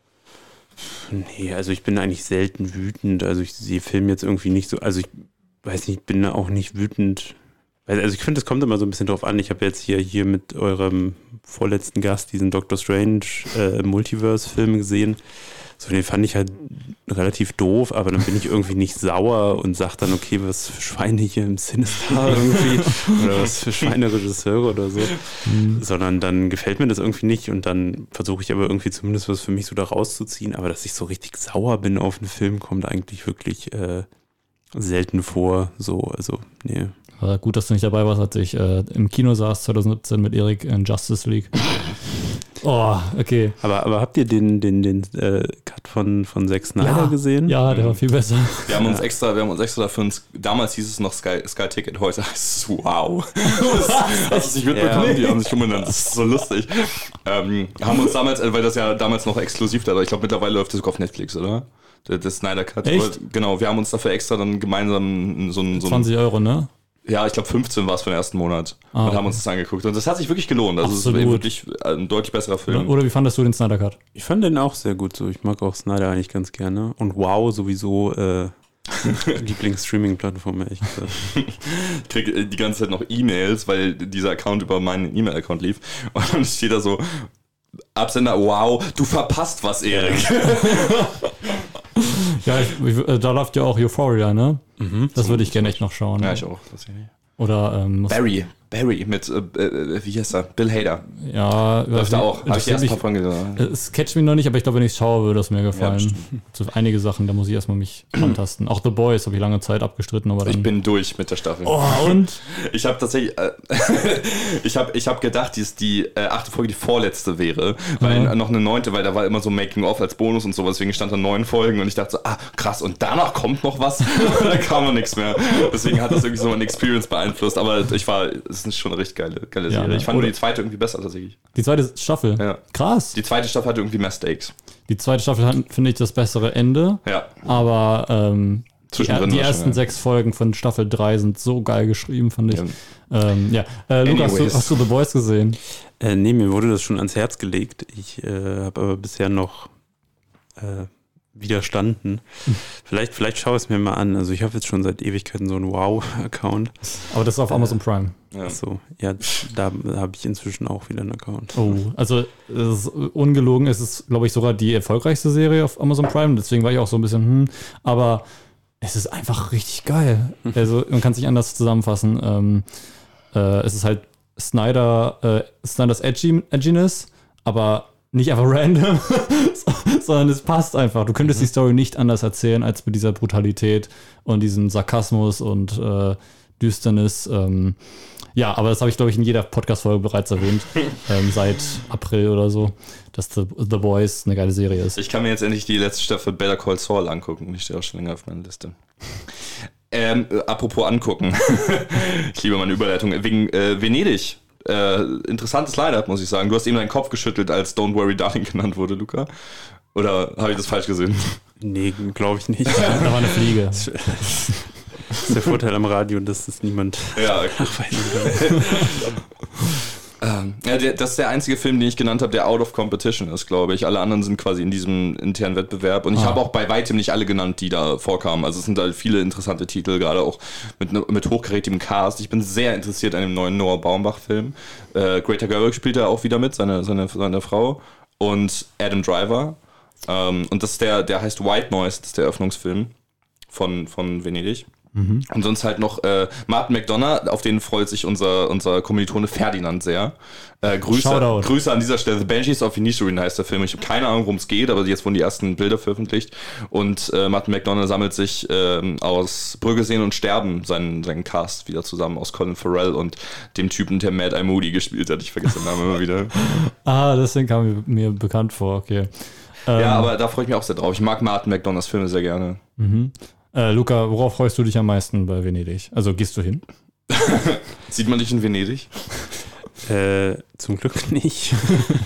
Nee, also ich bin eigentlich selten wütend. Also ich sehe Film jetzt irgendwie nicht so, also ich weiß nicht, ich bin auch nicht wütend. Also ich finde, es kommt immer so ein bisschen drauf an. Ich habe jetzt hier, hier mit eurem vorletzten Gast diesen Doctor Strange äh, Multiverse-Film gesehen. So, den fand ich halt relativ doof, aber dann bin ich irgendwie nicht sauer und sage dann, okay, was für Schweine hier im Sinister irgendwie oder was für Schweineregisseure oder so. Mhm. Sondern dann gefällt mir das irgendwie nicht und dann versuche ich aber irgendwie zumindest was für mich so da rauszuziehen. Aber dass ich so richtig sauer bin auf einen Film, kommt eigentlich wirklich äh, selten vor. So, also, nee. Aber gut, dass du nicht dabei warst, als ich äh, im Kino saß zwanzig siebzehn mit Erik in Justice League. Oh, okay. Aber, aber habt ihr den, den, den äh, Cut von, von Zack Snyder ja, gesehen. Ja, der war viel besser. Wir haben uns extra, wir haben uns extra dafür, ins, damals hieß es noch Sky, Sky Ticket, heute heißt es Wow. Das, hast du es nicht mitbekommen? Ja. Die haben sich umbenannt, das ist so lustig. Ähm, haben uns damals, weil das ja damals noch exklusiv da war, ich glaube mittlerweile läuft das sogar auf Netflix, oder? Der, der Snyder Cut. Echt? Genau, wir haben uns dafür extra dann gemeinsam so ein... So zwanzig Euro, ne? Ja, ich glaube fünfzehn war es für den ersten Monat. Ah, und okay. haben uns das angeguckt. Und das hat sich wirklich gelohnt. Also Absolut. es ist wirklich ein deutlich besserer Film. Oder wie fandest du den Snyder Cut? Ich fand den auch sehr gut so. Ich mag auch Snyder eigentlich ganz gerne. Und Wow sowieso äh, Lieblings-Streaming-Plattform, ehrlich gesagt. Ich kriege die ganze Zeit noch E-Mails, weil dieser Account über meinen E-Mail-Account lief. Und dann steht da so, Absender, wow, du verpasst was, Erik. Ja, ich, ich, da läuft ja auch Euphoria, ne? Mhm. Das würde ich gerne echt noch schauen. Ja, ich auch. Tatsächlich. Oder ähm, Barry, Barry mit, äh, äh, wie heißt er? Bill Hader. Ja, läuft da auch. Habe ich erst mal von gesehen. Es catcht mich noch nicht, aber ich glaube, wenn ich es schaue, würde es mir gefallen. Ja, so einige Sachen, da muss ich erstmal mich antasten. Auch The Boys habe ich lange Zeit abgestritten. Aber dann ich bin durch mit der Staffel. Oh, und? Ich habe tatsächlich, äh, ich habe ich hab gedacht, dass die äh, achte Folge die vorletzte wäre, weil mhm. noch eine neunte, weil da war immer so Making-of als Bonus und so, deswegen stand da neun Folgen und ich dachte so, ah, krass, und danach kommt noch was? Da kam noch nichts mehr. Deswegen hat das irgendwie so meine Experience beeinflusst, aber ich war, es ist schon eine richtig geile, geile ja, Serie. ne? Ich fand nur die zweite irgendwie besser tatsächlich. Die zweite Staffel? Ja. Krass. Die zweite Staffel hatte irgendwie mehr Stakes. Die zweite Staffel hat, finde ich, das bessere Ende. Ja. Aber ähm, die, die ersten schon, ja. sechs Folgen von Staffel drei sind so geil geschrieben, fand ich. Ja, ähm, ja. Äh, Lukas, hast du, hast du The Boys gesehen? Äh, nee, mir wurde das schon ans Herz gelegt. Ich äh, habe aber bisher noch äh, widerstanden. Hm. Vielleicht, vielleicht schaue ich es mir mal an. Also ich habe jetzt schon seit Ewigkeiten so einen Wow-Account. Aber das ist auf Amazon äh, Prime. Ja. Achso, ja, da habe ich inzwischen auch wieder einen Account. Oh, also es ist ungelogen, es ist, glaube ich, sogar die erfolgreichste Serie auf Amazon Prime. Deswegen war ich auch so ein bisschen, hm, aber es ist einfach richtig geil. Also man kann es nicht anders zusammenfassen. Ähm, äh, es ist halt Snyder, äh, Snyders Edgy, Edginess, aber nicht einfach random, sondern es passt einfach. Du könntest mhm. die Story nicht anders erzählen als mit dieser Brutalität und diesem Sarkasmus und äh, Düsternis. Ähm, ja, aber das habe ich, glaube ich, in jeder Podcast-Folge bereits erwähnt, ähm, seit April oder so, dass The, The Boys eine geile Serie ist. Ich kann mir jetzt endlich die letzte Staffel Better Call Saul angucken. Die steht auch schon länger auf meiner Liste. Ähm, apropos angucken. Ich liebe meine Überleitung. Wegen äh, Venedig. Äh, interessantes Line-Up, muss ich sagen. Du hast eben deinen Kopf geschüttelt, als Don't Worry Darling genannt wurde, Luca. Oder habe ich das falsch gesehen? Nee, glaube ich nicht. Da war eine Fliege. Das ist der Vorteil am Radio, dass das niemand ja, nachweisen kann. ähm, ja, der, das ist der einzige Film, den ich genannt habe, der out of competition ist, glaube ich. Alle anderen sind quasi in diesem internen Wettbewerb. Und ich ah. habe auch bei weitem nicht alle genannt, die da vorkamen. Also es sind halt viele interessante Titel, gerade auch mit, mit hochkarätigem Cast. Ich bin sehr interessiert an dem neuen Noah Baumbach-Film. Äh, Greta Gerwig spielt da auch wieder mit, seine, seine, seine Frau. Und Adam Driver. Ähm, und das ist der, der heißt White Noise, das ist der Eröffnungsfilm von, von Venedig. Mhm. Und sonst halt noch äh, Martin McDonagh, auf den freut sich unser, unser Kommilitone Ferdinand sehr. Äh, Grüße, Grüße an dieser Stelle. The Banshees of Inisherin heißt der Film. Ich habe keine Ahnung, worum es geht, aber jetzt wurden die ersten Bilder veröffentlicht. Und äh, Martin McDonagh sammelt sich äh, aus Brügge sehen und sterben seinen, seinen Cast wieder zusammen aus Colin Farrell und dem Typen, der Mad Eye Moody gespielt hat. Ich vergesse den Namen immer wieder. Ah, deswegen kam mir, mir bekannt vor, okay. Ähm, ja, aber da freue ich mich auch sehr drauf. Ich mag Martin McDonaghs Filme sehr gerne. Mhm. Äh, Luca, worauf freust du dich am meisten bei Venedig? Also gehst du hin? Sieht man dich in Venedig? Äh, zum Glück nicht.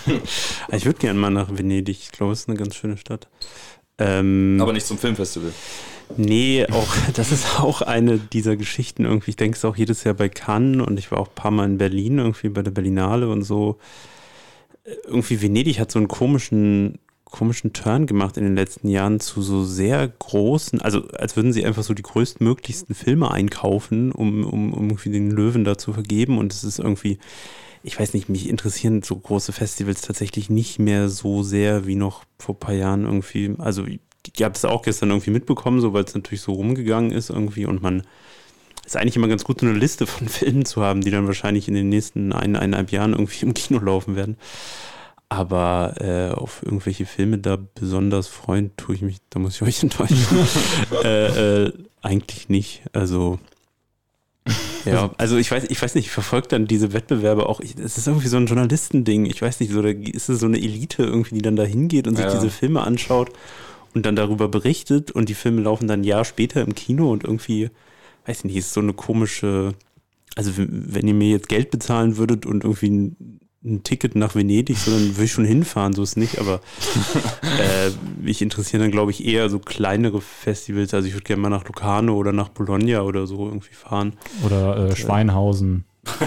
Ich würde gerne mal nach Venedig. Ich glaube, es ist eine ganz schöne Stadt. Ähm, Aber nicht zum Filmfestival. Nee, auch, das ist auch eine dieser Geschichten irgendwie. Ich denke es auch jedes Jahr bei Cannes und ich war auch ein paar Mal in Berlin irgendwie bei der Berlinale und so. Irgendwie Venedig hat so einen komischen komischen Turn gemacht in den letzten Jahren zu so sehr großen, also als würden sie einfach so die größtmöglichsten Filme einkaufen, um, um, um irgendwie den Löwen da zu vergeben und es ist irgendwie, ich weiß nicht, mich interessieren so große Festivals tatsächlich nicht mehr so sehr wie noch vor ein paar Jahren irgendwie, also ich habe es auch gestern irgendwie mitbekommen, so weil es natürlich so rumgegangen ist irgendwie und man ist eigentlich immer ganz gut, so eine Liste von Filmen zu haben, die dann wahrscheinlich in den nächsten ein, eineinhalb Jahren irgendwie im Kino laufen werden. Aber äh, auf irgendwelche Filme da besonders freuen, tue ich mich, da muss ich euch enttäuschen. äh, äh, eigentlich nicht. Also, ja, also ich weiß, ich weiß nicht, ich verfolge dann diese Wettbewerbe auch. Es ist irgendwie so ein Journalistending. Ich weiß nicht, so, da ist es so eine Elite irgendwie, die dann da hingeht und sich ja. diese Filme anschaut und dann darüber berichtet und die Filme laufen dann ein Jahr später im Kino und irgendwie, weiß ich nicht, ist so eine komische, also wenn ihr mir jetzt Geld bezahlen würdet und irgendwie ein, ein Ticket nach Venedig, so, dann würde ich schon hinfahren, so ist nicht, aber äh, mich interessieren dann, glaube ich, eher so kleinere Festivals, also ich würde gerne mal nach Locarno oder nach Bologna oder so irgendwie fahren. Oder äh, Schweinhausen.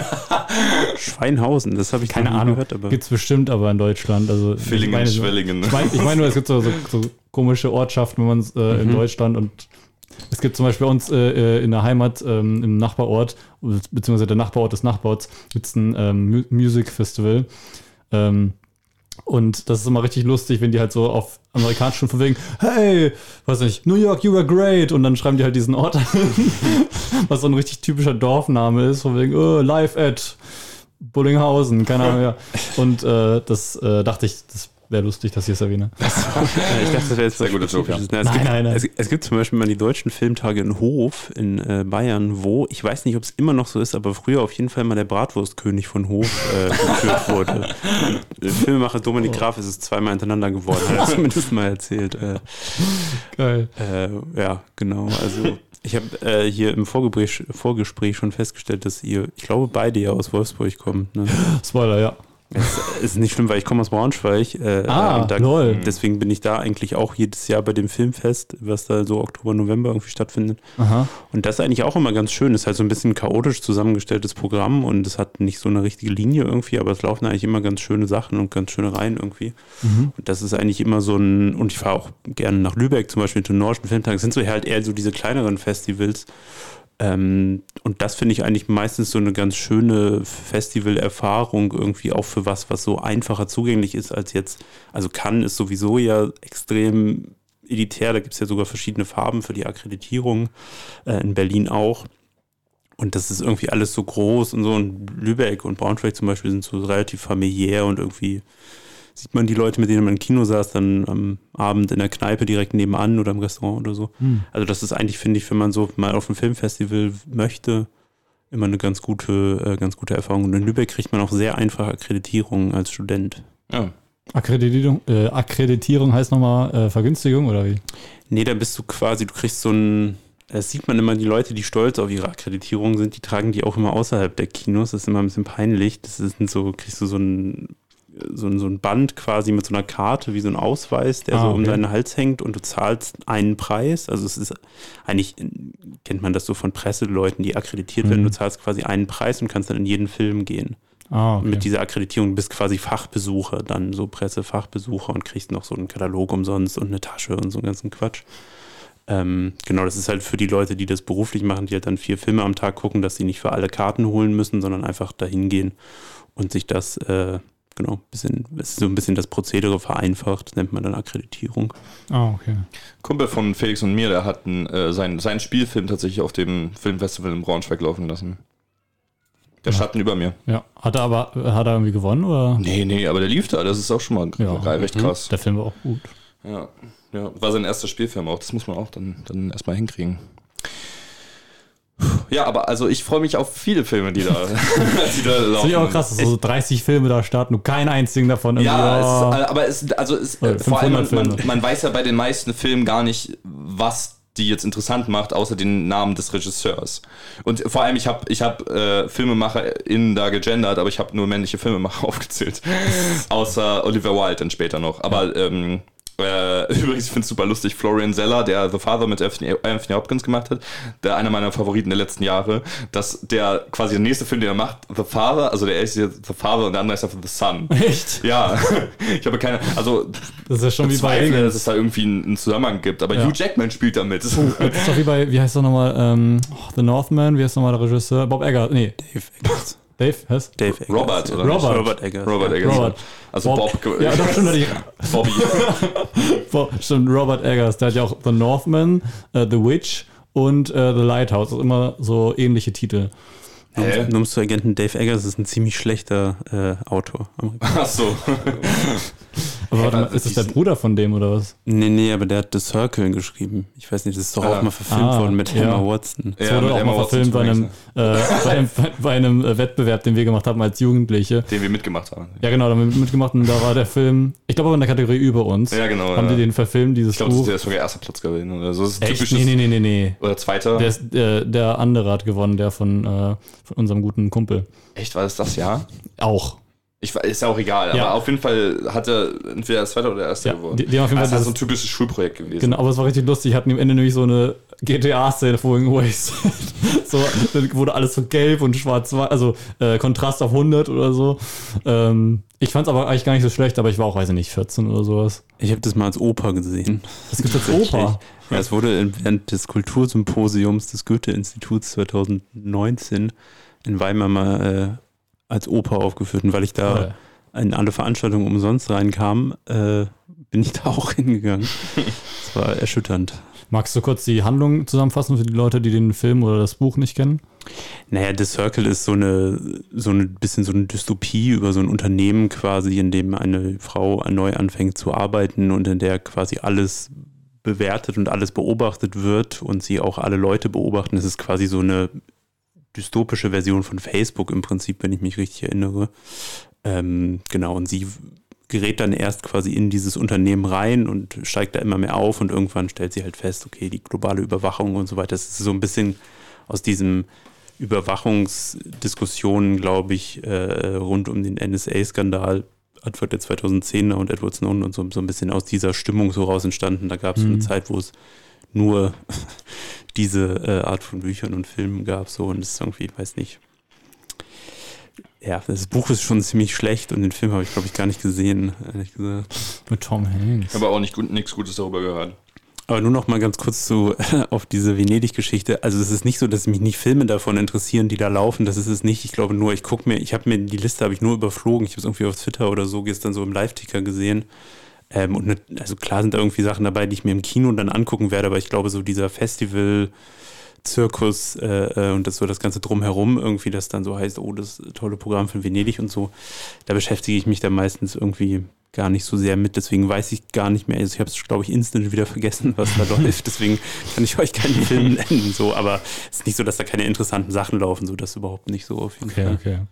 Schweinhausen, das habe ich keine Ahnung gehört, aber gibt es bestimmt, aber in Deutschland. Also Villingen, Schwellingen. Ich meine ich mein nur, es gibt so, so, so komische Ortschaften, wenn man es äh, in mhm. Deutschland und es gibt zum Beispiel bei uns äh, in der Heimat, ähm, im Nachbarort, beziehungsweise der Nachbarort des Nachbarorts, gibt es ein ähm, Music Festival. Ähm, und das ist immer richtig lustig, wenn die halt so auf amerikanisch schon von wegen, hey, weiß nicht, New York, you were great. Und dann schreiben die halt diesen Ort, was so ein richtig typischer Dorfname ist, von wegen, oh, live at Bullinghausen, keine Ahnung, ja. Und äh, das äh, dachte ich, das wäre lustig, dass ich es erwähne. Ich dachte, das wäre jetzt sehr guter Joke. Ja. Es nein, gibt, nein, nein. Es, es gibt zum Beispiel mal die deutschen Filmtage in Hof in äh, Bayern, wo, ich weiß nicht, ob es immer noch so ist, aber früher auf jeden Fall mal der Bratwurstkönig von Hof äh, geführt wurde. Der Filmemacher Dominik Graf ist es zweimal hintereinander geworden, hat er zumindest mal erzählt. Äh, Geil. Äh, ja, genau. Also ich habe äh, hier im Vorgespräch, Vorgespräch schon festgestellt, dass ihr, ich glaube, beide ja aus Wolfsburg kommt. Ne? Spoiler, ja. Es ist nicht schlimm, weil ich komme aus Braunschweig. Äh, ah, und da, lol. Deswegen bin ich da eigentlich auch jedes Jahr bei dem Filmfest, was da so Oktober, November irgendwie stattfindet. Aha. Und das ist eigentlich auch immer ganz schön. Es ist halt so ein bisschen chaotisch zusammengestelltes Programm und es hat nicht so eine richtige Linie irgendwie, aber es laufen eigentlich immer ganz schöne Sachen und ganz schöne Reihen irgendwie. Mhm. Und das ist eigentlich immer so ein, und ich fahre auch gerne nach Lübeck zum Beispiel zum Nordischen Filmtag. Es sind so halt eher so diese kleineren Festivals. Ähm, und das finde ich eigentlich meistens so eine ganz schöne Festivalerfahrung irgendwie auch für was, was so einfacher zugänglich ist als jetzt. Also Cannes ist sowieso ja extrem elitär, da gibt es ja sogar verschiedene Farben für die Akkreditierung, äh, in Berlin auch. Und das ist irgendwie alles so groß und so. Und Lübeck und Braunschweig zum Beispiel sind so relativ familiär und irgendwie sieht man die Leute, mit denen man im Kino saß, dann am Abend in der Kneipe direkt nebenan oder im Restaurant oder so. Hm. Also das ist eigentlich, finde ich, wenn man so mal auf ein Filmfestival möchte, immer eine ganz gute, äh, ganz gute Erfahrung. Und in Lübeck kriegt man auch sehr einfach Akkreditierung als Student. Ja. Akkreditierung, äh, Akkreditierung heißt nochmal äh, Vergünstigung oder wie? Nee, da bist du quasi, du kriegst so ein, das sieht man immer, die Leute, die stolz auf ihre Akkreditierung sind, die tragen die auch immer außerhalb der Kinos. Das ist immer ein bisschen peinlich. Das ist so, kriegst du so ein So ein, so ein Band quasi mit so einer Karte, wie so ein Ausweis, der ah, so um okay. deinen Hals hängt und du zahlst einen Preis. Also es ist eigentlich, kennt man das so von Presseleuten, die akkreditiert mhm. werden, du zahlst quasi einen Preis und kannst dann in jeden Film gehen. Ah, okay. Mit dieser Akkreditierung bist quasi Fachbesucher, dann so Pressefachbesucher und kriegst noch so einen Katalog umsonst und eine Tasche und so einen ganzen Quatsch. Ähm, genau, das ist halt für die Leute, die das beruflich machen, die halt dann vier Filme am Tag gucken, dass sie nicht für alle Karten holen müssen, sondern einfach dahin gehen und sich das äh, Genau, bisschen, es ist so ein bisschen das Prozedere vereinfacht, nennt man dann Akkreditierung. Ah, okay. Kumpel von Felix und mir, der hat einen, äh, seinen, seinen Spielfilm tatsächlich auf dem Filmfestival in Braunschweig laufen lassen. Der ja. Schatten über mir. Ja, hat er aber, hat er irgendwie gewonnen, oder? Nee, nee, aber der lief da, das ist auch schon mal ja. recht krass. Der Film war auch gut. Ja, ja, war sein erster Spielfilm auch, das muss man auch dann, dann erstmal hinkriegen. Ja, aber also ich freue mich auf viele Filme, die da, die da laufen. Das ist auch krass, dass so dreißig Filme da starten und keinen einzigen davon. Ja, es, aber es, also es, vor allem, man, man, man weiß ja bei den meisten Filmen gar nicht, was die jetzt interessant macht, außer den Namen des Regisseurs. Und vor allem, ich habe ich hab, äh, FilmemacherInnen da gegendert, aber ich habe nur männliche Filmemacher aufgezählt. Außer Oliver Wilde dann später noch. Aber ähm, Äh, übrigens, ich finde es super lustig, Florian Zeller, der The Father mit Anthony, Anthony Hopkins gemacht hat, der einer meiner Favoriten der letzten Jahre, dass der quasi der nächste Film, den er macht, The Father, also der erste ist The Father und der andere ist einfach The Son. Echt? Ja, ich habe keine, also das ist ja schon wie bei Zweifel, dass es da irgendwie einen, einen Zusammenhang gibt, aber ja. Hugh Jackman spielt damit. Das ist doch wie bei, wie heißt der nochmal, ähm, The Northman, wie heißt nochmal der Regisseur? Bob Eggers, nee. Dave Eggers. Dave, was? Dave Eggers. Robert, oder Robert. nicht? Robert Eggers. Robert Eggers. Robert. Also Bob. Bob. Ja, doch, stimmt. Die, Bobby. Bob, stimmt, Robert Eggers. Der hat ja auch The Northman, uh, The Witch und uh, The Lighthouse. Also immer so ähnliche Titel. Hä? Nur um zu ergänzen, Dave Eggers ist ein ziemlich schlechter äh, Autor. Ach so. Aber warte mal, ist das der Bruder von dem oder was? Nee, nee, aber der hat The Circle geschrieben. Ich weiß nicht, das ist doch ah. auch mal verfilmt ah, worden mit ja. Emma Watson. Das ja, wurde auch Emma mal verfilmt bei einem, äh, bei einem, bei einem Wettbewerb, den wir gemacht haben als Jugendliche. Den wir mitgemacht haben. Ja, genau, da haben wir mitgemacht und da war der Film, ich glaube aber in der Kategorie über uns. Ja, genau. Haben ja. die den verfilmt, dieses Ich glaube, Buch. der ist sogar erster Platz gewesen. Oder so. Das ist Echt? typisches, nee, nee, nee, nee. Oder zweiter. Der, ist, äh, der andere hat gewonnen, der von, äh, von unserem guten Kumpel. Echt, war das das Jahr? Auch. Ich, ist ja auch egal, ja. aber auf jeden Fall hat er entweder das zweite oder der erste ja, geworden. Die, die haben auf jeden Fall das ist so ein typisches Schulprojekt gewesen. Genau, aber es war richtig lustig. Die hatten am Ende nämlich so eine G T A-Szene vorhin Waste. So, dann wurde alles so gelb und schwarz, also äh, Kontrast auf hundert oder so. Ähm, ich fand es aber eigentlich gar nicht so schlecht, aber ich war auch, weiß ich nicht, vierzehn oder sowas. Ich habe das mal als Oper gesehen. Das gibt es als Oper? Ja, es wurde während des Kultursymposiums des Goethe-Instituts zwanzig neunzehn in Weimar mal äh, als Oper aufgeführt. Und weil ich da cool. in alle Veranstaltungen umsonst reinkam, äh, bin ich da auch hingegangen. Das war erschütternd. Magst du kurz die Handlung zusammenfassen für die Leute, die den Film oder das Buch nicht kennen? Naja, The Circle ist so eine, so ein bisschen so eine Dystopie über so ein Unternehmen quasi, in dem eine Frau neu anfängt zu arbeiten und in der quasi alles bewertet und alles beobachtet wird und sie auch alle Leute beobachten. Das ist quasi so eine dystopische Version von Facebook im Prinzip, wenn ich mich richtig erinnere. Ähm, genau, und sie gerät dann erst quasi in dieses Unternehmen rein und steigt da immer mehr auf und irgendwann stellt sie halt fest, okay, die globale Überwachung und so weiter, das ist so ein bisschen aus diesem Überwachungsdiskussionen, glaube ich, äh, rund um den N S A-Skandal, Anfang der zweitausendzehner und Edward Snowden und so, so ein bisschen aus dieser Stimmung so raus entstanden. Da gab es mhm. so eine Zeit, wo es nur diese äh, Art von Büchern und Filmen gab, so, und das ist irgendwie, weiß nicht. Ja, das Buch ist schon ziemlich schlecht und den Film habe ich, glaube ich, gar nicht gesehen, ehrlich gesagt. Mit Tom Hanks. Ich habe auch nicht gut, nichts Gutes darüber gehört. Aber nur noch mal ganz kurz zu, auf diese Venedig-Geschichte. Also es ist nicht so, dass mich nicht Filme davon interessieren, die da laufen. Das ist es nicht. Ich glaube nur, ich gucke mir, ich habe mir die Liste habe ich nur überflogen. Ich habe es irgendwie auf Twitter oder so gestern so im Live-Ticker gesehen. Ähm, und ne, also klar sind da irgendwie Sachen dabei, die ich mir im Kino dann angucken werde, aber ich glaube, so dieser Festival-Zirkus äh, und das so das Ganze drumherum irgendwie, das dann so heißt, oh, das tolle Programm von Venedig und so, da beschäftige ich mich dann meistens irgendwie gar nicht so sehr mit, deswegen weiß ich gar nicht mehr, also ich habe es, glaube ich, instant wieder vergessen, was da läuft, deswegen kann ich euch keinen Film nennen, so, aber es ist nicht so, dass da keine interessanten Sachen laufen, so, das überhaupt nicht so auf jeden okay, Fall. Okay, okay.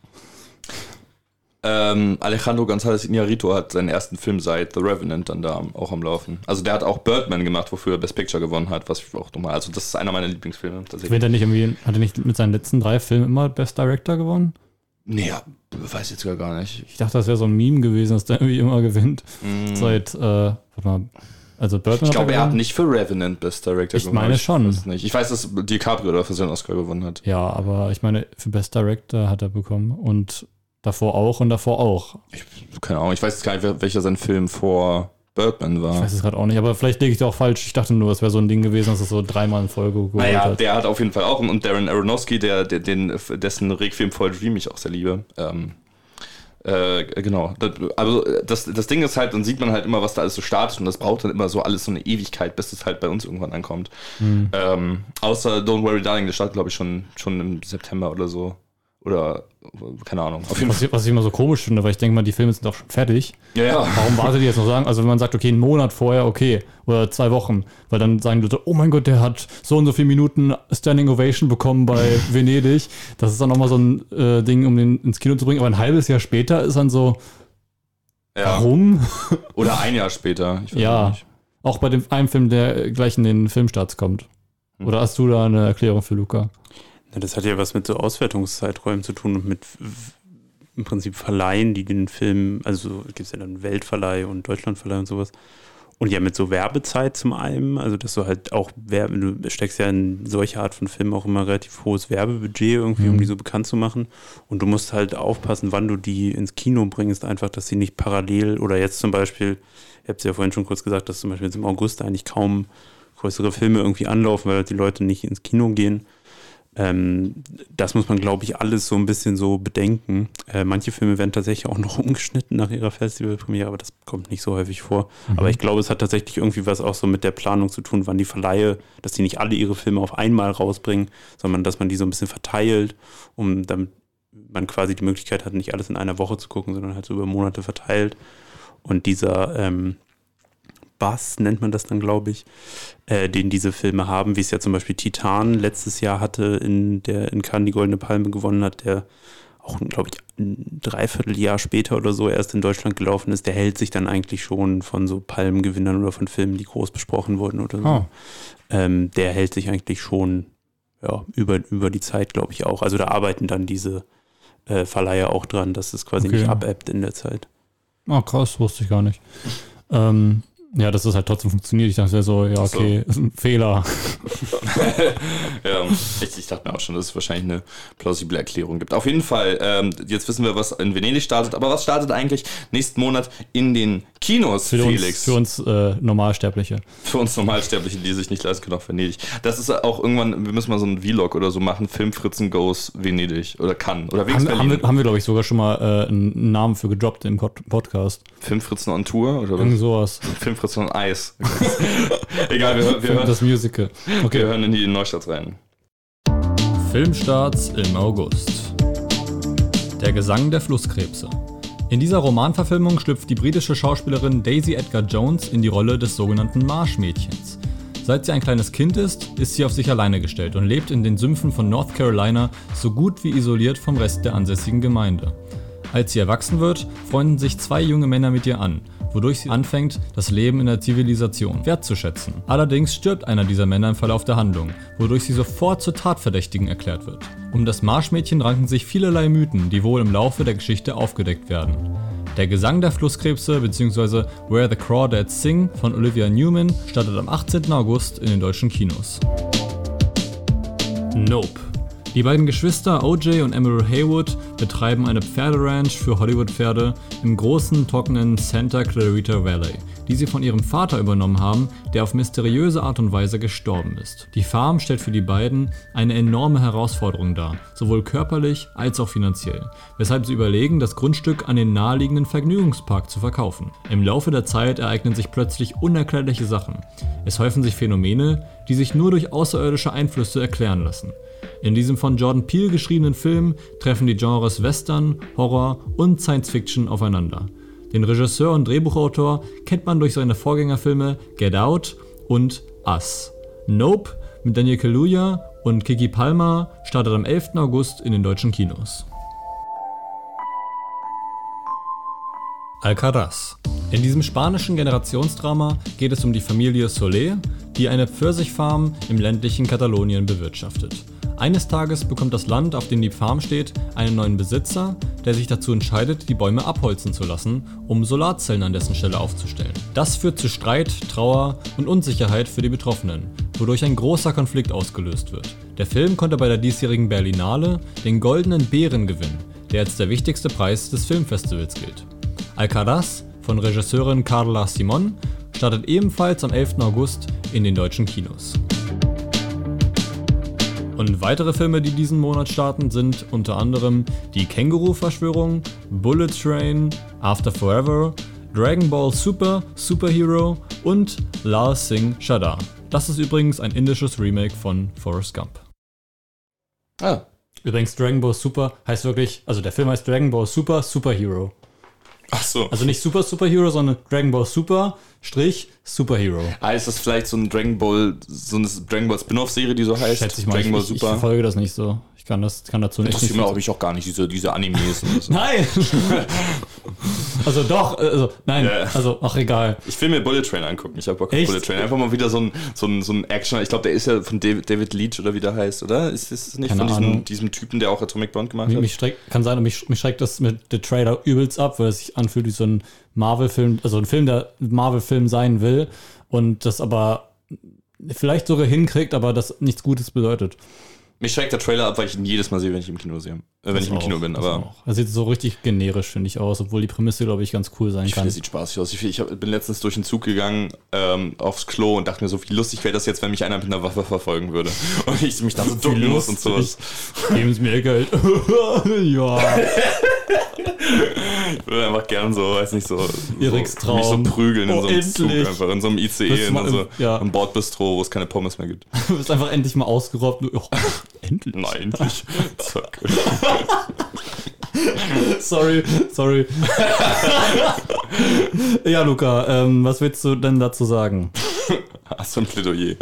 Ähm, Alejandro González Iñárritu hat seinen ersten Film seit The Revenant dann da auch am Laufen. Also der hat auch Birdman gemacht, wofür er Best Picture gewonnen hat, was ich auch nochmal, also das ist einer meiner Lieblingsfilme. Gewinnt er nicht irgendwie, hat er nicht mit seinen letzten drei Filmen immer Best Director gewonnen? Nee, ja, weiß ich jetzt gar nicht. Ich dachte, das wäre so ein Meme gewesen, dass der irgendwie immer gewinnt. Mm. Seit, äh, warte mal, also Birdman. Ich glaube, er hat nicht für Revenant Best Director ich gewonnen. Ich meine schon. Ich weiß, nicht. Ich weiß, dass DiCaprio dafür seinen Oscar gewonnen hat. Ja, aber ich meine, für Best Director hat er bekommen und davor auch und davor auch. Ich, keine Ahnung, ich weiß jetzt gar nicht, welcher sein Film vor Birdman war. Ich weiß es gerade auch nicht, aber vielleicht liege ich da auch falsch. Ich dachte nur, es wäre so ein Ding gewesen, dass es so dreimal in Folge geholt naja, hat. Der hat auf jeden Fall auch, und Darren Aronofsky, der, der, den, dessen Requiem for a Dream ich auch sehr liebe. Ähm, äh, genau. Das, also das, das Ding ist halt, dann sieht man halt immer, was da alles so startet, und das braucht dann immer so alles so eine Ewigkeit, bis es halt bei uns irgendwann ankommt. Mhm. Ähm, außer Don't Worry Darling, der startet, glaube ich, schon, schon im September oder so. Oder, keine Ahnung. Auf jeden was, ich, was ich immer so komisch finde, weil ich denke mal, die Filme sind doch schon fertig. Ja, ja. Warum wartet ihr jetzt noch sagen? Also wenn man sagt, okay, einen Monat vorher, okay, oder zwei Wochen, weil dann sagen die Leute, oh mein Gott, der hat so und so viele Minuten Standing Ovation bekommen bei Venedig. Das ist dann nochmal so ein äh, Ding, um den ins Kino zu bringen. Aber ein halbes Jahr später ist dann so, ja. Warum? Oder ein Jahr später. Ich weiß ja, nicht. Auch bei dem einen Film, der gleich in den Filmstarts kommt. Hm. Oder hast du da eine Erklärung für Luca? Ja, das hat ja was mit so Auswertungszeiträumen zu tun und mit im Prinzip Verleihen, die den Film, also gibt es ja dann Weltverleih und Deutschlandverleih und sowas. Und ja, mit so Werbezeit zum einen, also dass du halt auch, du steckst ja in solche Art von Filmen auch immer relativ hohes Werbebudget irgendwie, mhm. um die so bekannt zu machen. Und du musst halt aufpassen, wann du die ins Kino bringst, einfach, dass sie nicht parallel, oder jetzt zum Beispiel, ihr habt es ja vorhin schon kurz gesagt, dass zum Beispiel jetzt im August eigentlich kaum größere Filme irgendwie anlaufen, weil die Leute nicht ins Kino gehen. Ähm, das muss man, glaube ich, alles so ein bisschen so bedenken. Äh, manche Filme werden tatsächlich auch noch umgeschnitten nach ihrer Festivalpremiere, aber das kommt nicht so häufig vor. Mhm. Aber ich glaube, es hat tatsächlich irgendwie was auch so mit der Planung zu tun, wann die Verleihe, dass die nicht alle ihre Filme auf einmal rausbringen, sondern dass man die so ein bisschen verteilt, um damit man quasi die Möglichkeit hat, nicht alles in einer Woche zu gucken, sondern halt so über Monate verteilt. Und dieser ähm, Bass nennt man das dann, glaube ich, äh, den diese Filme haben, wie es ja zum Beispiel Titan letztes Jahr hatte, in der in Cannes die Goldene Palme gewonnen hat, der auch, glaube ich, ein Dreivierteljahr später oder so erst in Deutschland gelaufen ist, der hält sich dann eigentlich schon von so Palmengewinnern oder von Filmen, die groß besprochen wurden oder so. Oh. Ähm, der hält sich eigentlich schon ja, über, über die Zeit, glaube ich, auch. Also da arbeiten dann diese äh, Verleiher auch dran, dass es quasi Okay. nicht abebbt in der Zeit. Ah, krass, wusste ich gar nicht. Ähm, ja, dass das halt trotzdem funktioniert. Ich dachte, das wäre so, ja, okay, ist ein Fehler. Ja, ich, ich dachte mir auch schon, dass es wahrscheinlich eine plausible Erklärung gibt. Auf jeden Fall, ähm, jetzt wissen wir, was in Venedig startet, aber was startet eigentlich nächsten Monat in den Kinos, Für Felix? uns, für uns äh, Normalsterbliche. Für uns Normalsterbliche, die sich nicht leisten können auf Venedig. Das ist auch irgendwann, wir müssen mal so einen Vlog oder so machen, Filmfritzen goes Venedig oder Cannes oder Haben, Berlin. haben wir, haben wir glaube ich, sogar schon mal äh, einen Namen für gedroppt im Pod- Podcast. Filmfritzen on Tour oder Irgend was? sowas. Filmfritzen on Eis. Egal, wir, wir, hören, Das Musical. wir Okay. hören in die Neustadt rein. Filmstarts im August. Der Gesang der Flusskrebse. In dieser Romanverfilmung schlüpft die britische Schauspielerin Daisy Edgar Jones in die Rolle des sogenannten Marschmädchens. Seit sie ein kleines Kind ist, ist sie auf sich alleine gestellt und lebt in den Sümpfen von North Carolina so gut wie isoliert vom Rest der ansässigen Gemeinde. Als sie erwachsen wird, freunden sich zwei junge Männer mit ihr an, wodurch sie anfängt, das Leben in der Zivilisation wertzuschätzen. Allerdings stirbt einer dieser Männer im Verlauf der Handlung, wodurch sie sofort zur Tatverdächtigen erklärt wird. Um das Marschmädchen ranken sich vielerlei Mythen, die wohl im Laufe der Geschichte aufgedeckt werden. Der Gesang der Flusskrebse bzw. Where the Crawdads Sing von Olivia Newman startet am achtzehnten August in den deutschen Kinos. Nope. Die beiden Geschwister O J und Emerald Haywood betreiben eine Pferderanch für Hollywood-Pferde im großen, trockenen Santa Clarita Valley, die sie von ihrem Vater übernommen haben, der auf mysteriöse Art und Weise gestorben ist. Die Farm stellt für die beiden eine enorme Herausforderung dar, sowohl körperlich als auch finanziell, weshalb sie überlegen, das Grundstück an den naheliegenden Vergnügungspark zu verkaufen. Im Laufe der Zeit ereignen sich plötzlich unerklärliche Sachen. Es häufen sich Phänomene, die sich nur durch außerirdische Einflüsse erklären lassen. In diesem von Jordan Peele geschriebenen Film treffen die Genres Western, Horror und Science Fiction aufeinander. Den Regisseur und Drehbuchautor kennt man durch seine Vorgängerfilme Get Out und Us. Nope mit Daniel Kaluuya und Keke Palmer startet am elften August in den deutschen Kinos. Alcaraz. In diesem spanischen Generationsdrama geht es um die Familie Soler, die eine Pfirsichfarm im ländlichen Katalonien bewirtschaftet. Eines Tages bekommt das Land, auf dem die Farm steht, einen neuen Besitzer, der sich dazu entscheidet, die Bäume abholzen zu lassen, um Solarzellen an dessen Stelle aufzustellen. Das führt zu Streit, Trauer und Unsicherheit für die Betroffenen, wodurch ein großer Konflikt ausgelöst wird. Der Film konnte bei der diesjährigen Berlinale den Goldenen Bären gewinnen, der als der wichtigste Preis des Filmfestivals gilt. Alcaraz von Regisseurin Carla Simon startet ebenfalls am elften August in den deutschen Kinos. Und weitere Filme, die diesen Monat starten, sind unter anderem Die Känguru-Verschwörung, Bullet Train, After Forever, Dragon Ball Super, Superhero und Lal Singh Chadha. Das ist übrigens ein indisches Remake von Forrest Gump. Ah. Übrigens Dragon Ball Super heißt wirklich, also der Film heißt Dragon Ball Super, Superhero. Ach so. Also nicht Super Superhero, sondern Dragon Ball Super, Strich, Superhero. Ah, ist das vielleicht so ein Dragon Ball, so eine Dragon Ball Spin-off-Serie, die so heißt? Schätze ich mal, Dragon ich, Ball ich, ich Super. verfolge das nicht so. Ich kann, das, kann dazu nicht. Interessiert nicht mich auch, ich auch gar nicht, diese, diese Animes. Und so. Nein! Also doch, also nein, Ja. also ach egal. Ich will mir Bullet Train angucken. Ich habe Bock auf Echt? Bullet Train. Einfach mal wieder so ein, so ein, so ein Action. Ich glaube, der ist ja von David, David Leach oder wie der heißt, oder? Ist das nicht Keine von diesem, Ahnung. diesem Typen, der auch Atomic Blonde gemacht Mich, hat? mich schreckt, kann sein, mich, mich schreckt das mit der Trailer übelst ab, weil es sich anfühlt wie so ein Marvel-Film, also ein Film, der Marvel-Film sein will und das aber vielleicht sogar hinkriegt, aber das nichts Gutes bedeutet. Mich schreckt der Trailer ab, weil ich ihn jedes Mal sehe, wenn ich im Kino sehe. Äh, wenn Das ich im auch, Kino bin. das Aber auch. Er sieht so richtig generisch, finde ich, aus, obwohl die Prämisse, glaube ich, ganz cool sein ich kann. finde, es sieht spaßig aus. Ich, ich hab, bin letztens durch den Zug gegangen, ähm, aufs Klo und dachte mir so, wie lustig wäre das jetzt, wenn mich einer mit einer Waffe verfolgen würde. Und ich mich da so ducken muss und sowas. Geben Sie mir Geld. Ja. Ich würde einfach gern so, weiß nicht, so, Eriks so mich so Traum. prügeln in Oh, so einem Zug endlich. einfach, in so einem I C Willst E, du in mal so im- ja. einem Bordbistro, wo es keine Pommes mehr gibt. Du bist einfach endlich mal ausgeraubt. Oh, endlich. Nein, endlich. Zack. sorry, sorry. Ja, Luca, ähm, was willst du denn dazu sagen? Hast du ein Plädoyer?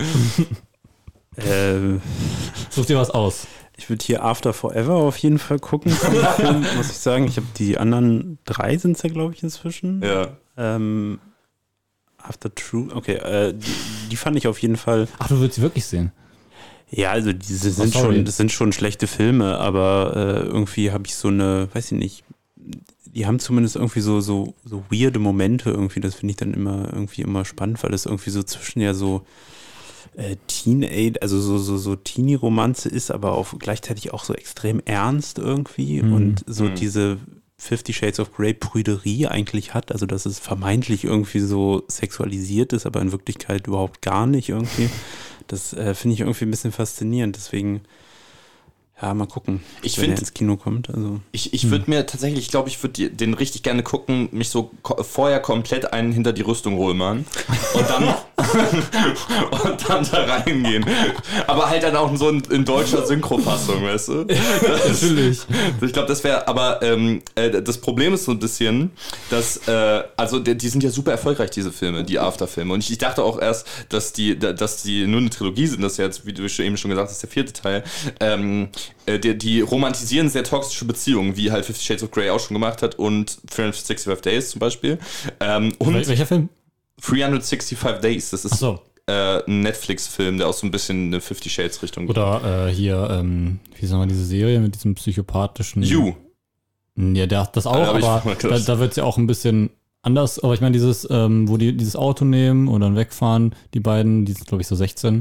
äh, Such dir was aus. Ich würde hier After Forever auf jeden Fall gucken, Film, muss ich sagen. Ich habe die anderen drei sind es ja, glaube ich, inzwischen. Ja. Ähm, After True, okay, äh, die, die fand ich auf jeden Fall. Ach, du willst sie wirklich sehen? Ja, also diese sind Oh, sorry. schon, das sind schon schlechte Filme, aber äh, irgendwie habe ich so eine, weiß ich nicht, die haben zumindest irgendwie so, so, so weirde Momente irgendwie, das finde ich dann immer irgendwie immer spannend, weil das irgendwie so zwischen ja so äh, Teenage, also so, so, so Teenie-Romanze ist, aber auch gleichzeitig auch so extrem ernst irgendwie Mhm. und so Mhm. diese Fifty Shades of Grey Prüderie eigentlich hat, also dass es vermeintlich irgendwie so sexualisiert ist, aber in Wirklichkeit überhaupt gar nicht irgendwie. Das äh, finde ich irgendwie ein bisschen faszinierend, deswegen ja, mal gucken, Ich wenn find- er ins Kino kommt. Also Ich, ich würde mir tatsächlich, ich glaube, ich würde den richtig gerne gucken, mich so ko- vorher komplett einen hinter die Rüstung holen, Mann. Und dann, und dann da reingehen. Aber halt dann auch so in, in deutscher Synchrofassung, weißt du? Das, Natürlich. ich glaube, das wäre, aber ähm, äh, das Problem ist so ein bisschen, dass, äh, also die, die sind ja super erfolgreich, diese Filme, die After-Filme. Und ich, ich dachte auch erst, dass die, da- dass die nur eine Trilogie sind, das ist ja jetzt, wie du eben schon gesagt hast, der vierte Teil. Ähm, äh, die, die romantisieren sehr toxische Beziehungen, wie halt Fifty Shades of Grey auch schon gemacht hat und dreihundertfünfundsechzig Days zum Beispiel. Ähm, und Wel- Welcher Film? dreihundertfünfundsechzig Days, das ist Ach so. äh, ein Netflix-Film, der auch so ein bisschen eine Fifty Shades Richtung geht. Oder äh, hier, ähm, wie sagen wir, diese Serie mit diesem psychopathischen. You. Ja, der, das auch, Ja, hab ich aber mal da, gedacht. da wird es ja auch ein bisschen anders. Aber ich meine, dieses, ähm, wo die dieses Auto nehmen und dann wegfahren, die beiden, die sind, glaube ich, so sechzehn.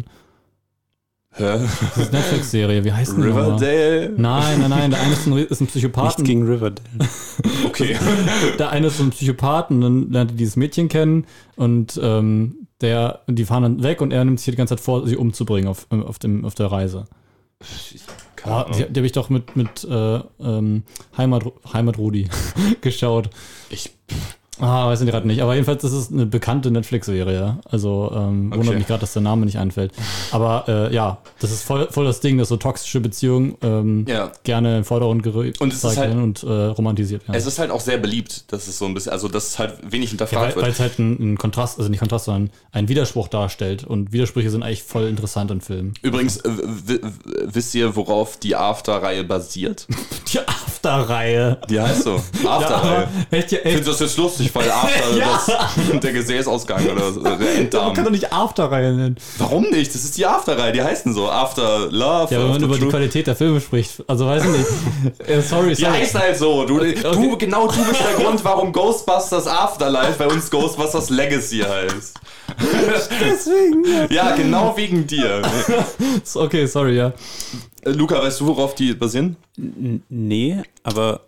Hä? Diese Netflix-Serie, wie heißt die nochmal? Riverdale? Nein, nein, nein, der eine ist ein, ist ein nichts Psychopathen. gegen Riverdale. Okay. Der eine ist so ein Psychopath und dann lernt er dieses Mädchen kennen und ähm, der, die fahren dann weg und er nimmt sich hier die ganze Zeit vor, sie umzubringen auf, auf, dem, auf der Reise. Keine Ah, Ahnung. die die habe ich doch mit, mit äh, ähm, Heimat, Heimat Rudi geschaut. Ich, Ah, weiß ich gerade nicht. Aber jedenfalls ist es eine bekannte Netflix-Serie. Also ähm, wundert Okay. mich gerade, dass der Name nicht einfällt. Aber äh, ja, das ist voll, voll das Ding, dass so toxische Beziehungen ähm, ja. gerne im Vordergrund gerückt Und es ist halt- werden und äh, romantisiert werden. Es ist halt auch sehr beliebt, dass es so ein bisschen, also dass es halt wenig Ja, hinterfragt weil wird. es halt ein, ein Kontrast, also nicht Kontrast, sondern einen Widerspruch darstellt. Und Widersprüche sind eigentlich voll interessant in Filmen. Übrigens, äh, w- w- wisst ihr, worauf die After-Reihe basiert? Die After-Reihe. Die heißt so. Ja, After-Reihe. aber echt, ja, Ich echt. finde das jetzt lustig, weil After Ja. das, der Gesäßausgang oder so, der Man kann Enddarm. doch nicht After-Reihe nennen. Warum nicht? Das ist die After-Reihe, die heißen so. After Love, Ja, wenn man After über die Truth. Qualität der Filme spricht. Also weiß ich nicht. äh, sorry, Die sorry. heißen halt so. Du, du, Okay. genau du bist der Grund, warum Ghostbusters Afterlife bei uns Ghostbusters Legacy heißt. Deswegen. Ja, genau wegen dir. Okay, sorry, ja. Äh, Luca, weißt du, worauf die basieren? N- Nee, aber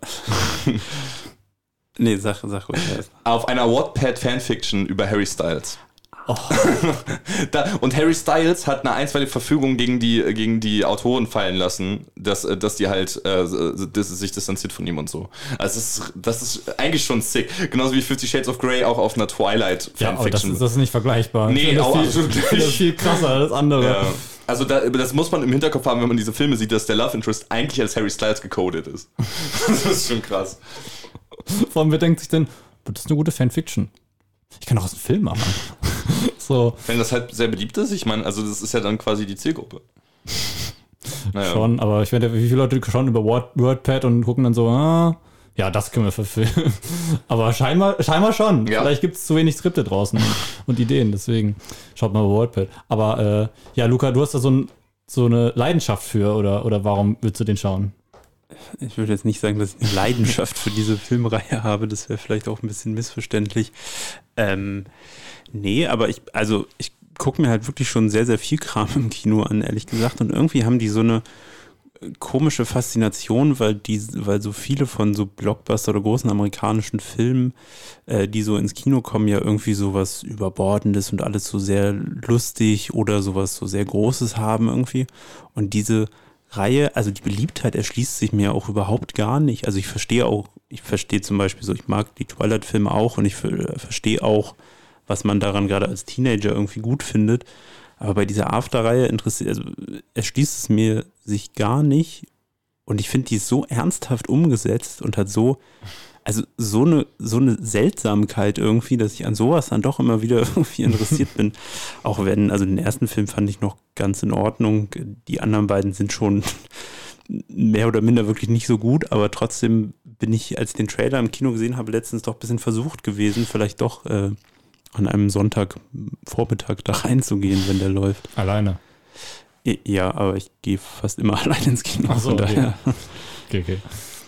nee, sag, sag ruhig erst. Auf einer Wattpad-Fanfiction über Harry Styles. da, und Harry Styles hat eine einstweilige Verfügung gegen die, gegen die Autoren fallen lassen, dass, dass die halt äh, dass sie sich distanziert von ihm und so. Also das ist, das ist eigentlich schon sick. Genauso wie Fifty Shades of Grey auch auf einer Twilight-Fanfiction. Ja, aber das ist, das ist nicht vergleichbar. Nee, Ich finde auch das absolut viel, das ist viel krasser als das andere. Ja. Also da, das muss man im Hinterkopf haben, wenn man diese Filme sieht, dass der Love Interest eigentlich als Harry Styles gecodet ist. Das ist schon krass. Vor allem, wer denkt sich denn, das ist eine gute Fanfiction. Ich kann doch aus einem Film machen. So, Wenn das halt sehr beliebt ist, ich meine, also das ist ja dann quasi die Zielgruppe. Naja. schon, aber ich werde, wie viele Leute schauen über Word, WordPad und gucken dann so, ah, ja, das können wir verfilmen. Aber scheinbar, scheinbar schon. Ja. Vielleicht gibt es zu wenig Skripte draußen und Ideen, deswegen schaut mal über WordPad. Aber äh, ja, Luca, du hast da so, ein, so eine Leidenschaft für, oder, oder warum willst du den schauen? Ich würde jetzt nicht sagen, dass ich eine Leidenschaft für diese Filmreihe habe. Das wäre vielleicht auch ein bisschen missverständlich. Ähm, nee, aber ich, also ich gucke mir halt wirklich schon sehr, sehr viel Kram im Kino an, ehrlich gesagt. Und irgendwie haben die so eine komische Faszination, weil die, weil so viele von so Blockbuster oder großen amerikanischen Filmen, äh, die so ins Kino kommen, ja irgendwie sowas Überbordendes und alles so sehr lustig oder sowas so sehr Großes haben irgendwie. Und diese Reihe, also die Beliebtheit erschließt sich mir auch überhaupt gar nicht. Also ich verstehe auch, ich verstehe zum Beispiel so, ich mag die Twilight-Filme auch und ich ver- verstehe auch, was man daran gerade als Teenager irgendwie gut findet. Aber bei dieser After-Reihe interessiert, also erschließt es mir sich gar nicht. Und ich finde, die ist so ernsthaft umgesetzt und hat so, also so eine, so eine Seltsamkeit irgendwie, dass ich an sowas dann doch immer wieder irgendwie interessiert bin. Auch wenn, also den ersten Film fand ich noch ganz in Ordnung. Die anderen beiden sind schon mehr oder minder wirklich nicht so gut, aber trotzdem bin ich, als ich den Trailer im Kino gesehen habe, letztens doch ein bisschen versucht gewesen, vielleicht doch äh, an einem Sonntagvormittag da reinzugehen, wenn der läuft. Alleine? Ja, aber ich gehe fast immer allein ins Kino. Ach so, okay. okay, okay.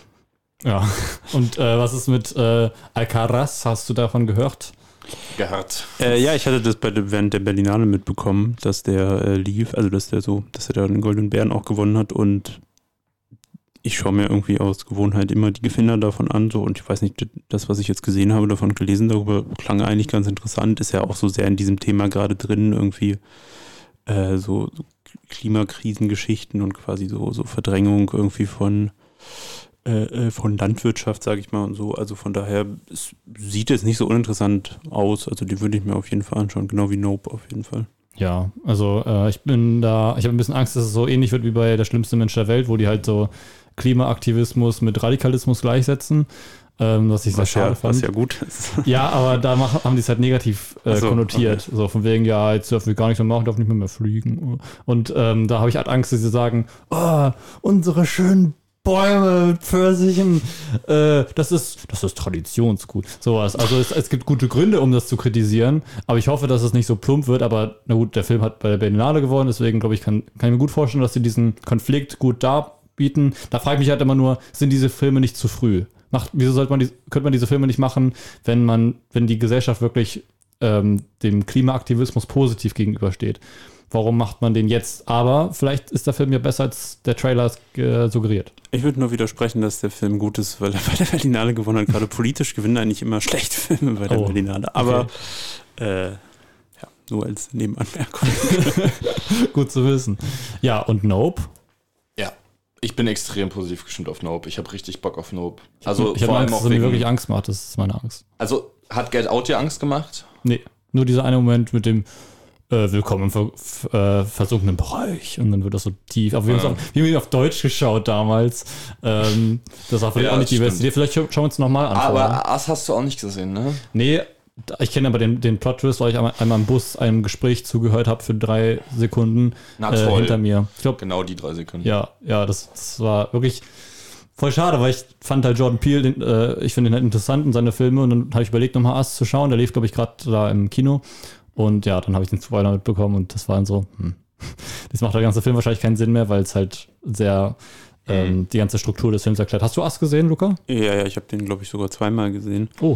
Ja, und äh, was ist mit äh, Alcaraz? Hast du davon gehört? Gehört. Äh, ja, ich hatte das bei der, während der Berlinale mitbekommen, dass der äh, lief, also dass der so, dass er da den Goldenen Bären auch gewonnen hat und ich schaue mir irgendwie aus Gewohnheit immer die Gewinner davon an, so, und ich weiß nicht, das, was ich jetzt gesehen habe, davon gelesen, darüber klang eigentlich ganz interessant, ist ja auch so sehr in diesem Thema gerade drin, irgendwie äh, so, so Klimakrisengeschichten und quasi so, so Verdrängung irgendwie von äh, von Landwirtschaft, sage ich mal, und so, also von daher, es sieht jetzt nicht so uninteressant aus, also die würde ich mir auf jeden Fall anschauen, genau wie Nope auf jeden Fall. Ja, also äh, ich bin da, ich habe ein bisschen Angst, dass es so ähnlich wird wie bei Der schlimmste Mensch der Welt, wo die halt so Klimaaktivismus mit Radikalismus gleichsetzen, ähm, was ich sehr was schade ja, fand. Was ja gut ist. Ja, aber da mach, haben die es halt negativ äh, so, konnotiert. Okay. So von wegen, ja, jetzt dürfen wir gar nichts mehr machen, dürfen nicht mehr, mehr fliegen. Und ähm, da habe ich halt Angst, dass sie sagen, oh, unsere schönen Bäume mit Pfirsichen, äh, das ist, das ist Traditionsgut. Sowas. Also es, es gibt gute Gründe, um das zu kritisieren, aber ich hoffe, dass es nicht so plump wird, aber na gut, der Film hat bei der Berlinale gewonnen, deswegen glaube ich, kann, kann ich mir gut vorstellen, dass sie diesen Konflikt gut darbieten. Da frage ich mich halt immer nur, sind diese Filme nicht zu früh? Macht, wieso sollte man die, könnte man diese Filme nicht machen, wenn man, wenn die Gesellschaft wirklich ähm, dem Klimaaktivismus positiv gegenübersteht? Warum macht man den jetzt? Aber vielleicht ist der Film ja besser, als der Trailer es äh, suggeriert. Ich würde nur widersprechen, dass der Film gut ist, weil er bei der Berlinale gewonnen hat. Gerade politisch gewinnen eigentlich immer schlechte Filme bei der oh, Berlinale. Aber okay. äh, ja, nur als Nebenanmerkung. Gut zu wissen. Ja, und Nope? Ja, ich bin extrem positiv gestimmt auf Nope. Ich habe richtig Bock auf Nope. Also ich habe Angst, dass er mir wirklich Angst macht. Das ist meine Angst. Also hat Get Out dir Angst gemacht? Nee, nur dieser eine Moment mit dem Willkommen im ver- äh, versunkenen Bereich. Und dann wird das so tief. Aber wir, ja. haben, auf, wir haben ihn auf Deutsch geschaut damals. Ähm, das war vielleicht ja, auch nicht die beste Idee. Vielleicht schauen wir uns nochmal an. Aber Ass hast du auch nicht gesehen, ne? Nee, ich kenne aber den, den Plot-Twist, weil ich einmal, einmal im Bus einem Gespräch zugehört habe für drei Sekunden Na, äh, hinter mir. Ich glaub, genau die drei Sekunden. Ja, ja, das, das war wirklich voll schade, weil ich fand halt Jordan Peele, den, äh, ich finde ihn halt interessant in seine Filme und dann habe ich überlegt, nochmal Ass zu schauen. Der lief, glaube ich, gerade da im Kino. Und ja, dann habe ich den Spoiler mitbekommen und das war dann so, hm. Das macht der ganze Film wahrscheinlich keinen Sinn mehr, weil es halt sehr ähm, mhm. die ganze Struktur des Films erklärt. Hast du Ass gesehen, Luca? Ja, ja, ich habe den, glaube ich, sogar zweimal gesehen. Oh.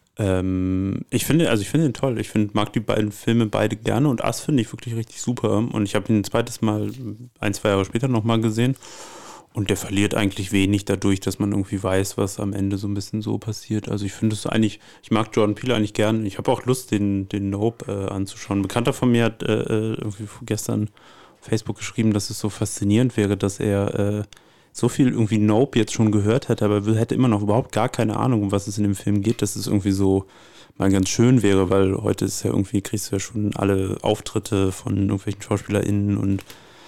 Ähm, ich finde, also ich finde den toll. Ich finde, mag die beiden Filme beide gerne und Ass finde ich wirklich richtig super. Und ich habe ihn ein zweites Mal, ein, zwei Jahre später nochmal gesehen. Und der verliert eigentlich wenig dadurch, dass man irgendwie weiß, was am Ende so ein bisschen so passiert. Also ich finde es eigentlich, ich mag Jordan Peele eigentlich gern. Ich habe auch Lust, den, den Nope äh, anzuschauen. Ein Bekannter von mir hat äh, irgendwie gestern auf Facebook geschrieben, dass es so faszinierend wäre, dass er äh, so viel irgendwie Nope jetzt schon gehört hätte, aber hätte immer noch überhaupt gar keine Ahnung, um was es in dem Film geht, dass es irgendwie so mal ganz schön wäre, weil heute ist ja irgendwie, kriegst du ja schon alle Auftritte von irgendwelchen SchauspielerInnen und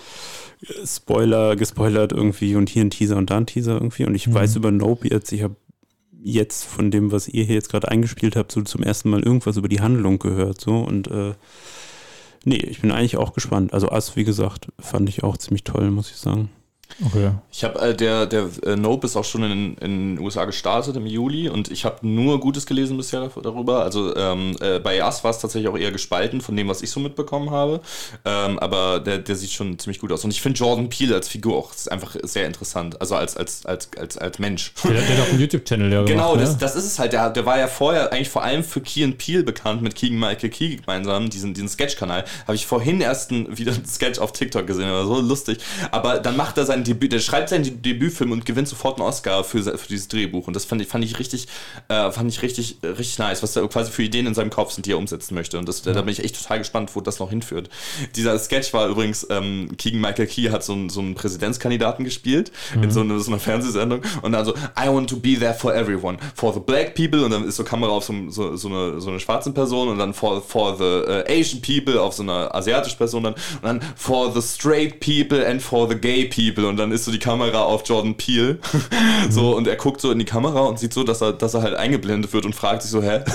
Spoiler, gespoilert irgendwie und hier ein Teaser und da ein Teaser irgendwie und ich mhm. weiß über Nope jetzt, ich habe jetzt von dem, was ihr hier jetzt gerade eingespielt habt, so zum ersten Mal irgendwas über die Handlung gehört, so und äh, nee, ich bin eigentlich auch gespannt. Also Ass, wie gesagt, fand ich auch ziemlich toll, muss ich sagen. Okay. Ich habe äh, der der äh, Nope ist auch schon in, in den U S A gestartet im Juli und ich habe nur Gutes gelesen bisher darüber. Also ähm, äh, bei Ass war es tatsächlich auch eher gespalten von dem, was ich so mitbekommen habe. Ähm, aber der, der sieht schon ziemlich gut aus. Und ich finde Jordan Peele als Figur auch einfach sehr interessant. Also als als als als als Mensch. Der, der hat auch einen YouTube-Channel ja Genau, gemacht, das, ne? das ist es halt. Der, der war ja vorher eigentlich vor allem für Key and Peele bekannt mit Keegan Michael Key gemeinsam, diesen diesen Sketch-Kanal. Habe ich vorhin erst ein, wieder einen Sketch auf TikTok gesehen. Das war so lustig. Aber dann macht er sein Debüt, der schreibt sein Debütfilm und gewinnt sofort einen Oscar für, für dieses Drehbuch. Und das fand ich, fand ich richtig, äh, fand ich richtig, richtig nice, was da quasi für Ideen in seinem Kopf sind, die er umsetzen möchte. Und das, ja. da bin ich echt total gespannt, wo das noch hinführt. Dieser Sketch war übrigens, ähm, Keegan Michael Key hat so, einen, so einen Präsidentskandidaten gespielt mhm. in so einer, so einer Fernsehsendung. Und dann so, I want to be there for everyone. For the black people. Und dann ist so Kamera auf so, so, so, eine, so eine schwarze Person. Und dann for, for the uh, Asian people auf so einer asiatischen Person. Dann, und dann for the straight people and for the gay people. Und und dann ist so die Kamera auf Jordan Peele so und er guckt so in die Kamera und sieht so, dass er, dass er halt eingeblendet wird und fragt sich so, hä,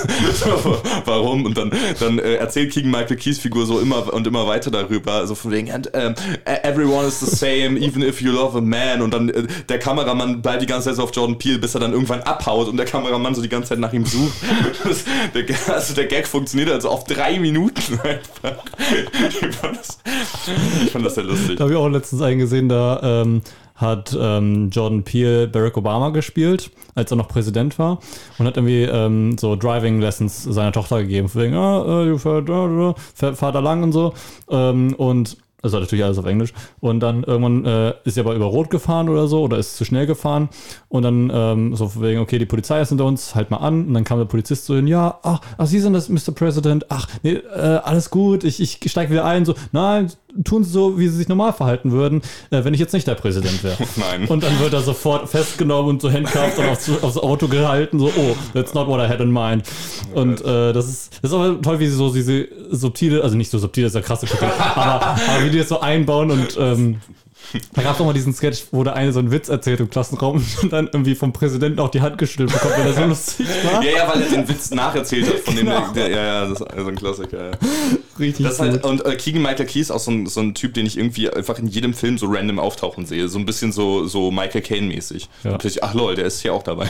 warum? Und dann, dann äh, erzählt Keegan-Michael Keys Figur so immer und immer weiter darüber, also von wegen, and, um, everyone is the same, even if you love a man, und dann äh, der Kameramann bleibt die ganze Zeit so auf Jordan Peele, bis er dann irgendwann abhaut und der Kameramann so die ganze Zeit nach ihm sucht. Das, der, also der Gag funktioniert also auf drei Minuten einfach. Ich fand das, ich fand das sehr lustig. Da habe ich auch letztens einen gesehen, da ähm, hat ähm, Jordan Peele Barack Obama gespielt, als er noch Präsident war, und hat irgendwie ähm, so Driving Lessons seiner Tochter gegeben, von wegen, ah, äh, fahr, da, da, fahr da lang und so. Ähm, und also natürlich alles auf Englisch. Und dann irgendwann äh, ist sie aber über Rot gefahren oder so, oder ist zu schnell gefahren. Und dann ähm, so von wegen, okay, die Polizei ist hinter uns, halt mal an. Und dann kam der Polizist so hin, ja, ach, ach Sie sind das, Mister President. Ach, nee, äh, alles gut, ich, ich steige wieder ein. So, nein, tun Sie so, wie Sie sich normal verhalten würden, äh, wenn ich jetzt nicht der Präsident wäre. Nein. Und dann wird er sofort festgenommen und so handcuffed und aufs, aufs Auto gehalten. So, oh, that's not what I had in mind. Und äh, das ist das ist aber toll, wie sie so diese subtile, also nicht so subtil, das ist ja krasse Kritik, aber, aber wie die das so einbauen und ähm, da gab es auch mal diesen Sketch, wo der eine so einen Witz erzählt im Klassenraum und dann irgendwie vom Präsidenten auch die Hand geschüttelt bekommt, weil er so lustig war. Ja, ja, weil er den Witz nacherzählt hat von Genau. dem, der, ja, ja, das ist so ein Klassiker. Ja. Richtig Das ist halt, und äh, Keegan-Michael Key ist auch so ein, so ein Typ, den ich irgendwie einfach in jedem Film so random auftauchen sehe. So ein bisschen so, so Michael Caine-mäßig. Ja. Und plötzlich, ach lol, der ist hier auch dabei.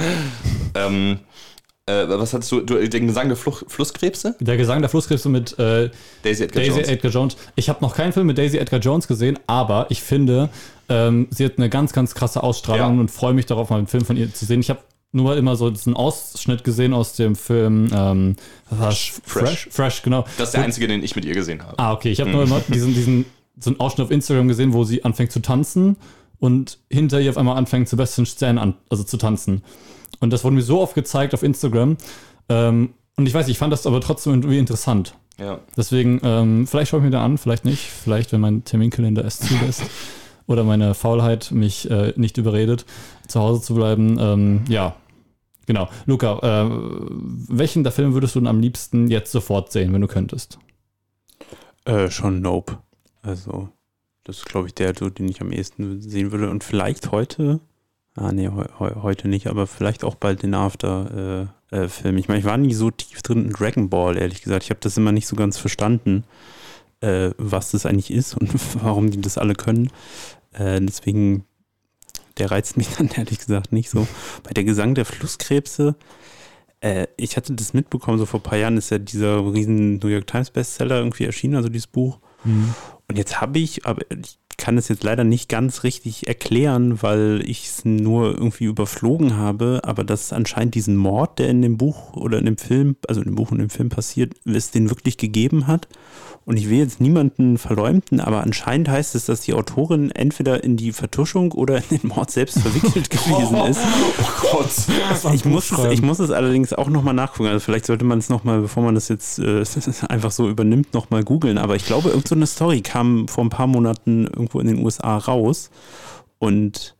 ähm, äh, was hattest du, du den Gesang der Fluch, Flusskrebse? Der Gesang der Flusskrebse mit äh, Daisy Edgar Daisy Jones. Edgar Jones. Ich habe noch keinen Film mit Daisy Edgar Jones gesehen, aber ich finde, ähm, sie hat eine ganz, ganz krasse Ausstrahlung Ja. und freue mich darauf, mal einen Film von ihr zu sehen. Ich habe nur immer so diesen Ausschnitt gesehen aus dem Film ähm, was war das? Fresh. Fresh. Fresh, genau. Das ist der einzige, den ich mit ihr gesehen habe. Ah, okay. Ich habe nur immer diesen, diesen so einen Ausschnitt auf Instagram gesehen, wo sie anfängt zu tanzen und hinter ihr auf einmal anfängt Sebastian Stan an, also zu tanzen. Und das wurde mir so oft gezeigt auf Instagram. Ähm, und ich weiß, ich fand das aber trotzdem irgendwie interessant. Ja. Deswegen, ähm, vielleicht schaue ich mir da an, vielleicht nicht. Vielleicht, wenn mein Terminkalender es zulässt. Oder meine Faulheit mich äh, nicht überredet, zu Hause zu bleiben. Ähm, ja, genau. Luca, äh, welchen der Filme würdest du denn am liebsten jetzt sofort sehen, wenn du könntest? Äh, schon Nope. Also, das ist, glaube ich, der, den ich am ehesten sehen würde. Und vielleicht heute, ah nee, he he heute nicht, aber vielleicht auch bald den After-Film. Äh, äh, ich meine, ich war nie so tief drin in Dragon Ball, ehrlich gesagt. Ich habe das immer nicht so ganz verstanden, äh, was das eigentlich ist und warum die das alle können. Äh, deswegen, der reizt mich dann ehrlich gesagt nicht so. Bei der Gesang der Flusskrebse, äh, ich hatte das mitbekommen, so vor ein paar Jahren ist ja dieser riesen New York Times Bestseller irgendwie erschienen, also dieses Buch. Mhm. Und jetzt habe ich, aber ich kann es jetzt leider nicht ganz richtig erklären, weil ich es nur irgendwie überflogen habe, aber dass anscheinend diesen Mord, der in dem Buch oder in dem Film, also in dem Buch und im Film passiert, es den wirklich gegeben hat. Und ich will jetzt niemanden verleumden, aber anscheinend heißt es, dass die Autorin entweder in die Vertuschung oder in den Mord selbst verwickelt gewesen ist. Oh Gott. Ich muss, es, ich muss es allerdings auch nochmal nachgucken. Also vielleicht sollte man es nochmal, bevor man das jetzt äh, einfach so übernimmt, nochmal googeln. Aber ich glaube, irgend so eine Story kam vor ein paar Monaten irgendwo in den U S A raus. Und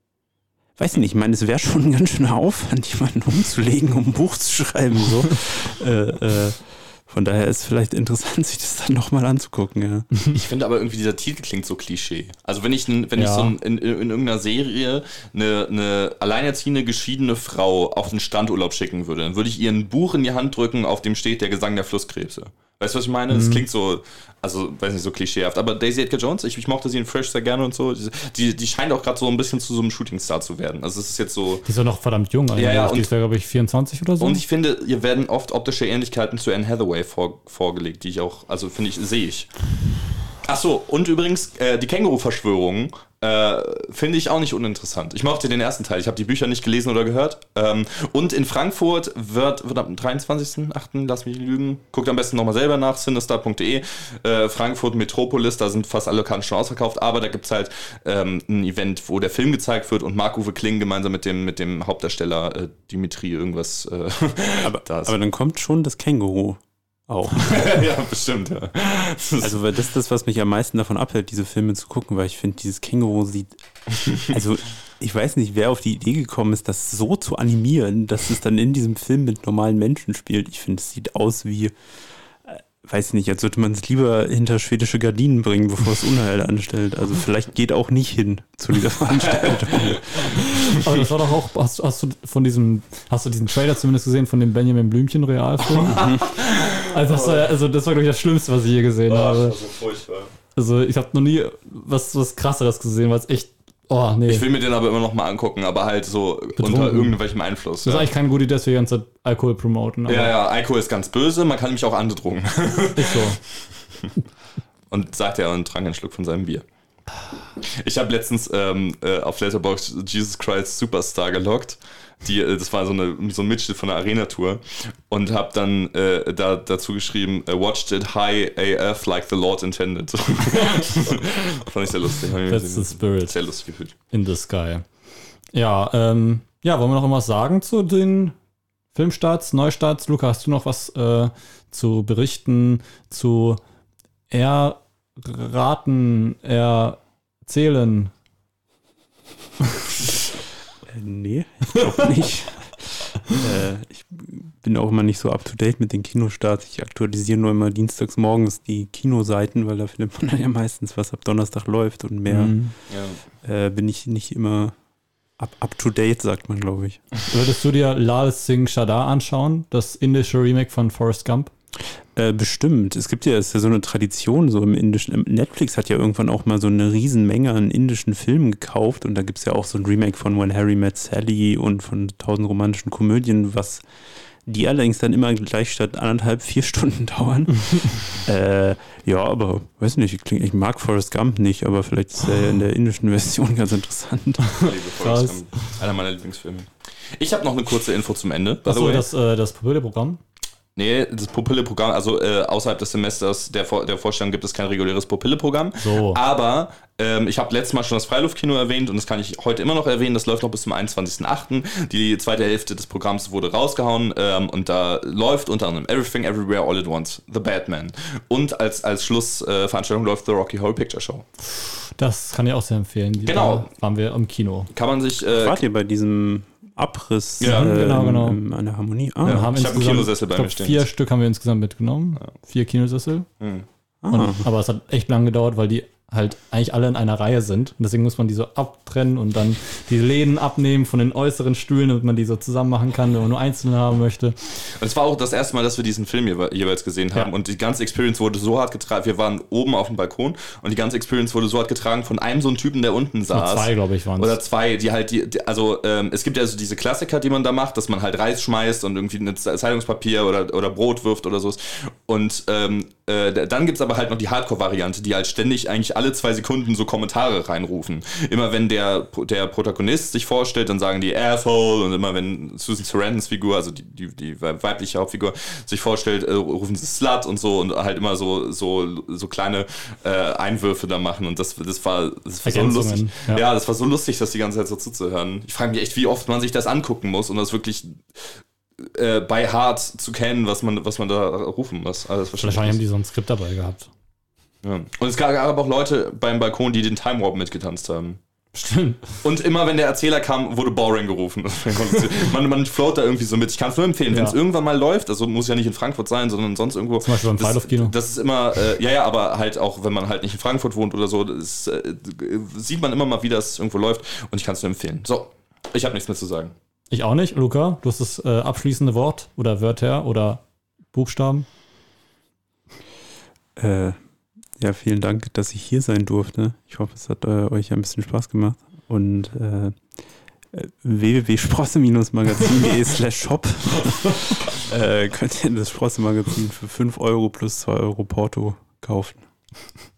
weiß nicht, ich meine, es wäre schon ein ganz schöner Aufwand, jemanden umzulegen, um ein Buch zu schreiben. So. äh, äh, Von daher ist es vielleicht interessant, sich das dann nochmal anzugucken, ja. Ich finde aber irgendwie, dieser Titel klingt so Klischee. Also wenn ich, wenn ja. ich so in, in, in irgendeiner Serie eine, eine alleinerziehende, geschiedene Frau auf einen Strandurlaub schicken würde, dann würde ich ihr ein Buch in die Hand drücken, auf dem steht der Gesang der Flusskrebse. Weißt du, was ich meine? Das mhm. klingt so, also, weiß nicht, so klischeehaft. Aber Daisy Edgar Jones, ich, ich mochte sie in Fresh sehr gerne und so. Die, die scheint auch gerade so ein bisschen zu so einem Shootingstar zu werden. Also, es ist jetzt so. Die ist ja noch verdammt jung eigentlich. Ja, ja, die ist ja, glaube ich, vierundzwanzig oder so. Und ich finde, ihr werden oft optische Ähnlichkeiten zu Anne Hathaway vor, vorgelegt, die ich auch, also, finde ich, sehe ich. Ach so, und übrigens, äh, die Känguru-Verschwörung äh, finde ich auch nicht uninteressant. Ich mochte den ersten Teil. Ich habe die Bücher nicht gelesen oder gehört. Ähm, und in Frankfurt wird, wird am dreiundzwanzigsten achten lass mich lügen, guckt am besten nochmal selber nach, cinestar punkt de, äh, Frankfurt Metropolis, da sind fast alle Karten schon ausverkauft, aber da gibt es halt ähm, ein Event, wo der Film gezeigt wird und Marc-Uwe Kling gemeinsam mit dem, mit dem Hauptdarsteller äh, Dimitri irgendwas äh, aber, aber dann kommt schon das Känguru. Auch. Ja, bestimmt, ja. Also, weil das ist das, was mich am meisten davon abhält, diese Filme zu gucken, weil ich finde, dieses Känguru sieht, also, ich weiß nicht, wer auf die Idee gekommen ist, das so zu animieren, dass es dann in diesem Film mit normalen Menschen spielt. Ich finde, es sieht aus wie, weiß nicht, als würde man es lieber hinter schwedische Gardinen bringen, bevor es Unheil anstellt. Also vielleicht geht auch nicht hin zu dieser Veranstaltung. Aber das war doch auch, hast, hast du von diesem, hast du diesen Trailer zumindest gesehen von dem Benjamin Blümchen Realfilm? also, das war, also das war, glaube ich, das Schlimmste, was ich je gesehen oh, habe. Das ist so furchtbar. Also ich habe noch nie was, was krasseres gesehen, weil es echt, oh nee. Ich will mir den aber immer noch mal angucken, aber halt so Betrunken. Unter irgendwelchem Einfluss. Das ist ja. eigentlich keine gute Idee, dass wir die ganze Zeit Alkohol promoten. Aber Ja, ja, Alkohol ist ganz böse, man kann nämlich auch andere Drogen. ist so. Und sagt er und trank einen Schluck von seinem Bier. Ich habe letztens ähm, äh, auf Letterboxd Jesus Christ Superstar geloggt. Die, äh, das war so, eine, so ein Mitschnitt von einer Arena-Tour. Und habe dann äh, da, dazu geschrieben, watched it high A F like the Lord intended. Fand ich sehr lustig. That's the spirit. Sehr lustig gefühlt. In the sky. Ja, ähm, ja, wollen wir noch irgendwas sagen zu den Filmstarts, Neustarts? Luca, hast du noch was äh, zu berichten, zu erraten, erzählen? Äh, nee, ich glaube nicht. äh, ich bin auch immer nicht so up to date mit den Kinostarts. Ich aktualisiere nur immer dienstags morgens die Kinoseiten, weil da findet man dann ja meistens, was ab Donnerstag läuft und mehr. Mhm. Ja. Äh, bin ich nicht immer up, up to date, sagt man, glaube ich. Würdest du dir Lal Singh Chadha anschauen, das indische Remake von Forrest Gump? Äh, bestimmt. Es gibt ja, ist ja so eine Tradition so im indischen. Netflix hat ja irgendwann auch mal so eine Riesenmenge an indischen Filmen gekauft und da gibt es ja auch so ein Remake von When Harry Met Sally und von tausend romantischen Komödien, was die allerdings dann immer gleich statt anderthalb, vier Stunden dauern. äh, ja, aber weiß nicht, ich, ich mag Forrest Gump nicht, aber vielleicht ist er in der indischen Version ganz interessant. Liebe Forrest Gump. Einer meiner Lieblingsfilme. Ich habe noch eine kurze Info zum Ende. Achso, das, äh, das Pupille-Programm? Nee, das Pupille-Programm, also äh, außerhalb des Semesters der, Vor- der Vorstellung gibt es kein reguläres Pupille-Programm. So. Aber ähm, ich habe letztes Mal schon das Freiluftkino erwähnt und das kann ich heute immer noch erwähnen. Das läuft noch bis zum einundzwanzigsten achten Die zweite Hälfte des Programms wurde rausgehauen ähm, und da läuft unter anderem Everything Everywhere All at Once, The Batman. Und als, als Schlussveranstaltung äh, läuft The Rocky Horror Picture Show. Das kann ich auch sehr empfehlen. Die Genau. Da waren wir im Kino. Kann man sich... Äh, Wart ihr bei diesem Abriss Ja, äh, genau, genau. Im, an der Harmonie? Ah, Wir haben ich hab einen insgesamt, Kinosessel bei ich mir glaub, stehen. Vier Stück haben wir insgesamt mitgenommen. Ja. Vier Kinosessel. hm. ah. Und, aber es hat echt lang gedauert, weil die halt eigentlich alle in einer Reihe sind. Und deswegen muss man die so abtrennen und dann die Läden abnehmen von den äußeren Stühlen, damit man die so zusammen machen kann, wenn man nur einzeln haben möchte. Und es war auch das erste Mal, dass wir diesen Film jewe- jeweils gesehen haben. Ja. Und die ganze Experience wurde so hart getragen. Wir waren oben auf dem Balkon und die ganze Experience wurde so hart getragen von einem so einen Typen, der unten Nur saß. zwei, glaube ich, waren Oder es. zwei, die halt, die, die, also ähm, es gibt ja so diese Klassiker, die man da macht, dass man halt Reis schmeißt und irgendwie ein Zeitungspapier oder, oder Brot wirft oder so. Und ähm, äh, dann gibt es aber halt noch die Hardcore-Variante, die halt ständig eigentlich alle zwei Sekunden so Kommentare reinrufen. Immer wenn der, der Protagonist sich vorstellt, dann sagen die Asshole und immer wenn Susan Sarandons Figur, also die, die, die weibliche Hauptfigur, sich vorstellt, äh, rufen sie Slut und so und halt immer so, so, so kleine äh, Einwürfe da machen und das, das war, das war so lustig. Ja. Ja, das war so lustig, das die ganze Zeit so zuzuhören. Ich frage mich echt, wie oft man sich das angucken muss, um das wirklich äh, bei Hart zu kennen, was man, was man da rufen muss. Also das war schon Wahrscheinlich haben die lustig. so ein Skript dabei gehabt. Ja. Und es gab aber auch Leute beim Balkon, die den Time Warp mitgetanzt haben. Stimmt. Und immer wenn der Erzähler kam, wurde Boring gerufen. man, man float da irgendwie so mit. Ich kann es nur empfehlen, wenn es Ja. irgendwann mal läuft, also muss ja nicht in Frankfurt sein, sondern sonst irgendwo. Zum Beispiel beim das, Freiluftkino. das ist immer, äh, ja, ja, aber halt auch, wenn man halt nicht in Frankfurt wohnt oder so, das äh, sieht man immer mal wieder, dass es irgendwo läuft und ich kann es nur empfehlen. So, ich habe nichts mehr zu sagen. Ich auch nicht. Luca, du hast das äh, abschließende Wort oder Wörter oder Buchstaben. Äh, ja, vielen Dank, dass ich hier sein durfte. Ich hoffe, es hat äh, euch ein bisschen Spaß gemacht. Und äh, w w w punkt sprosse magazin punkt de slash shop äh, könnt ihr das Sprosse-Magazin für fünf Euro plus zwei Euro Porto kaufen.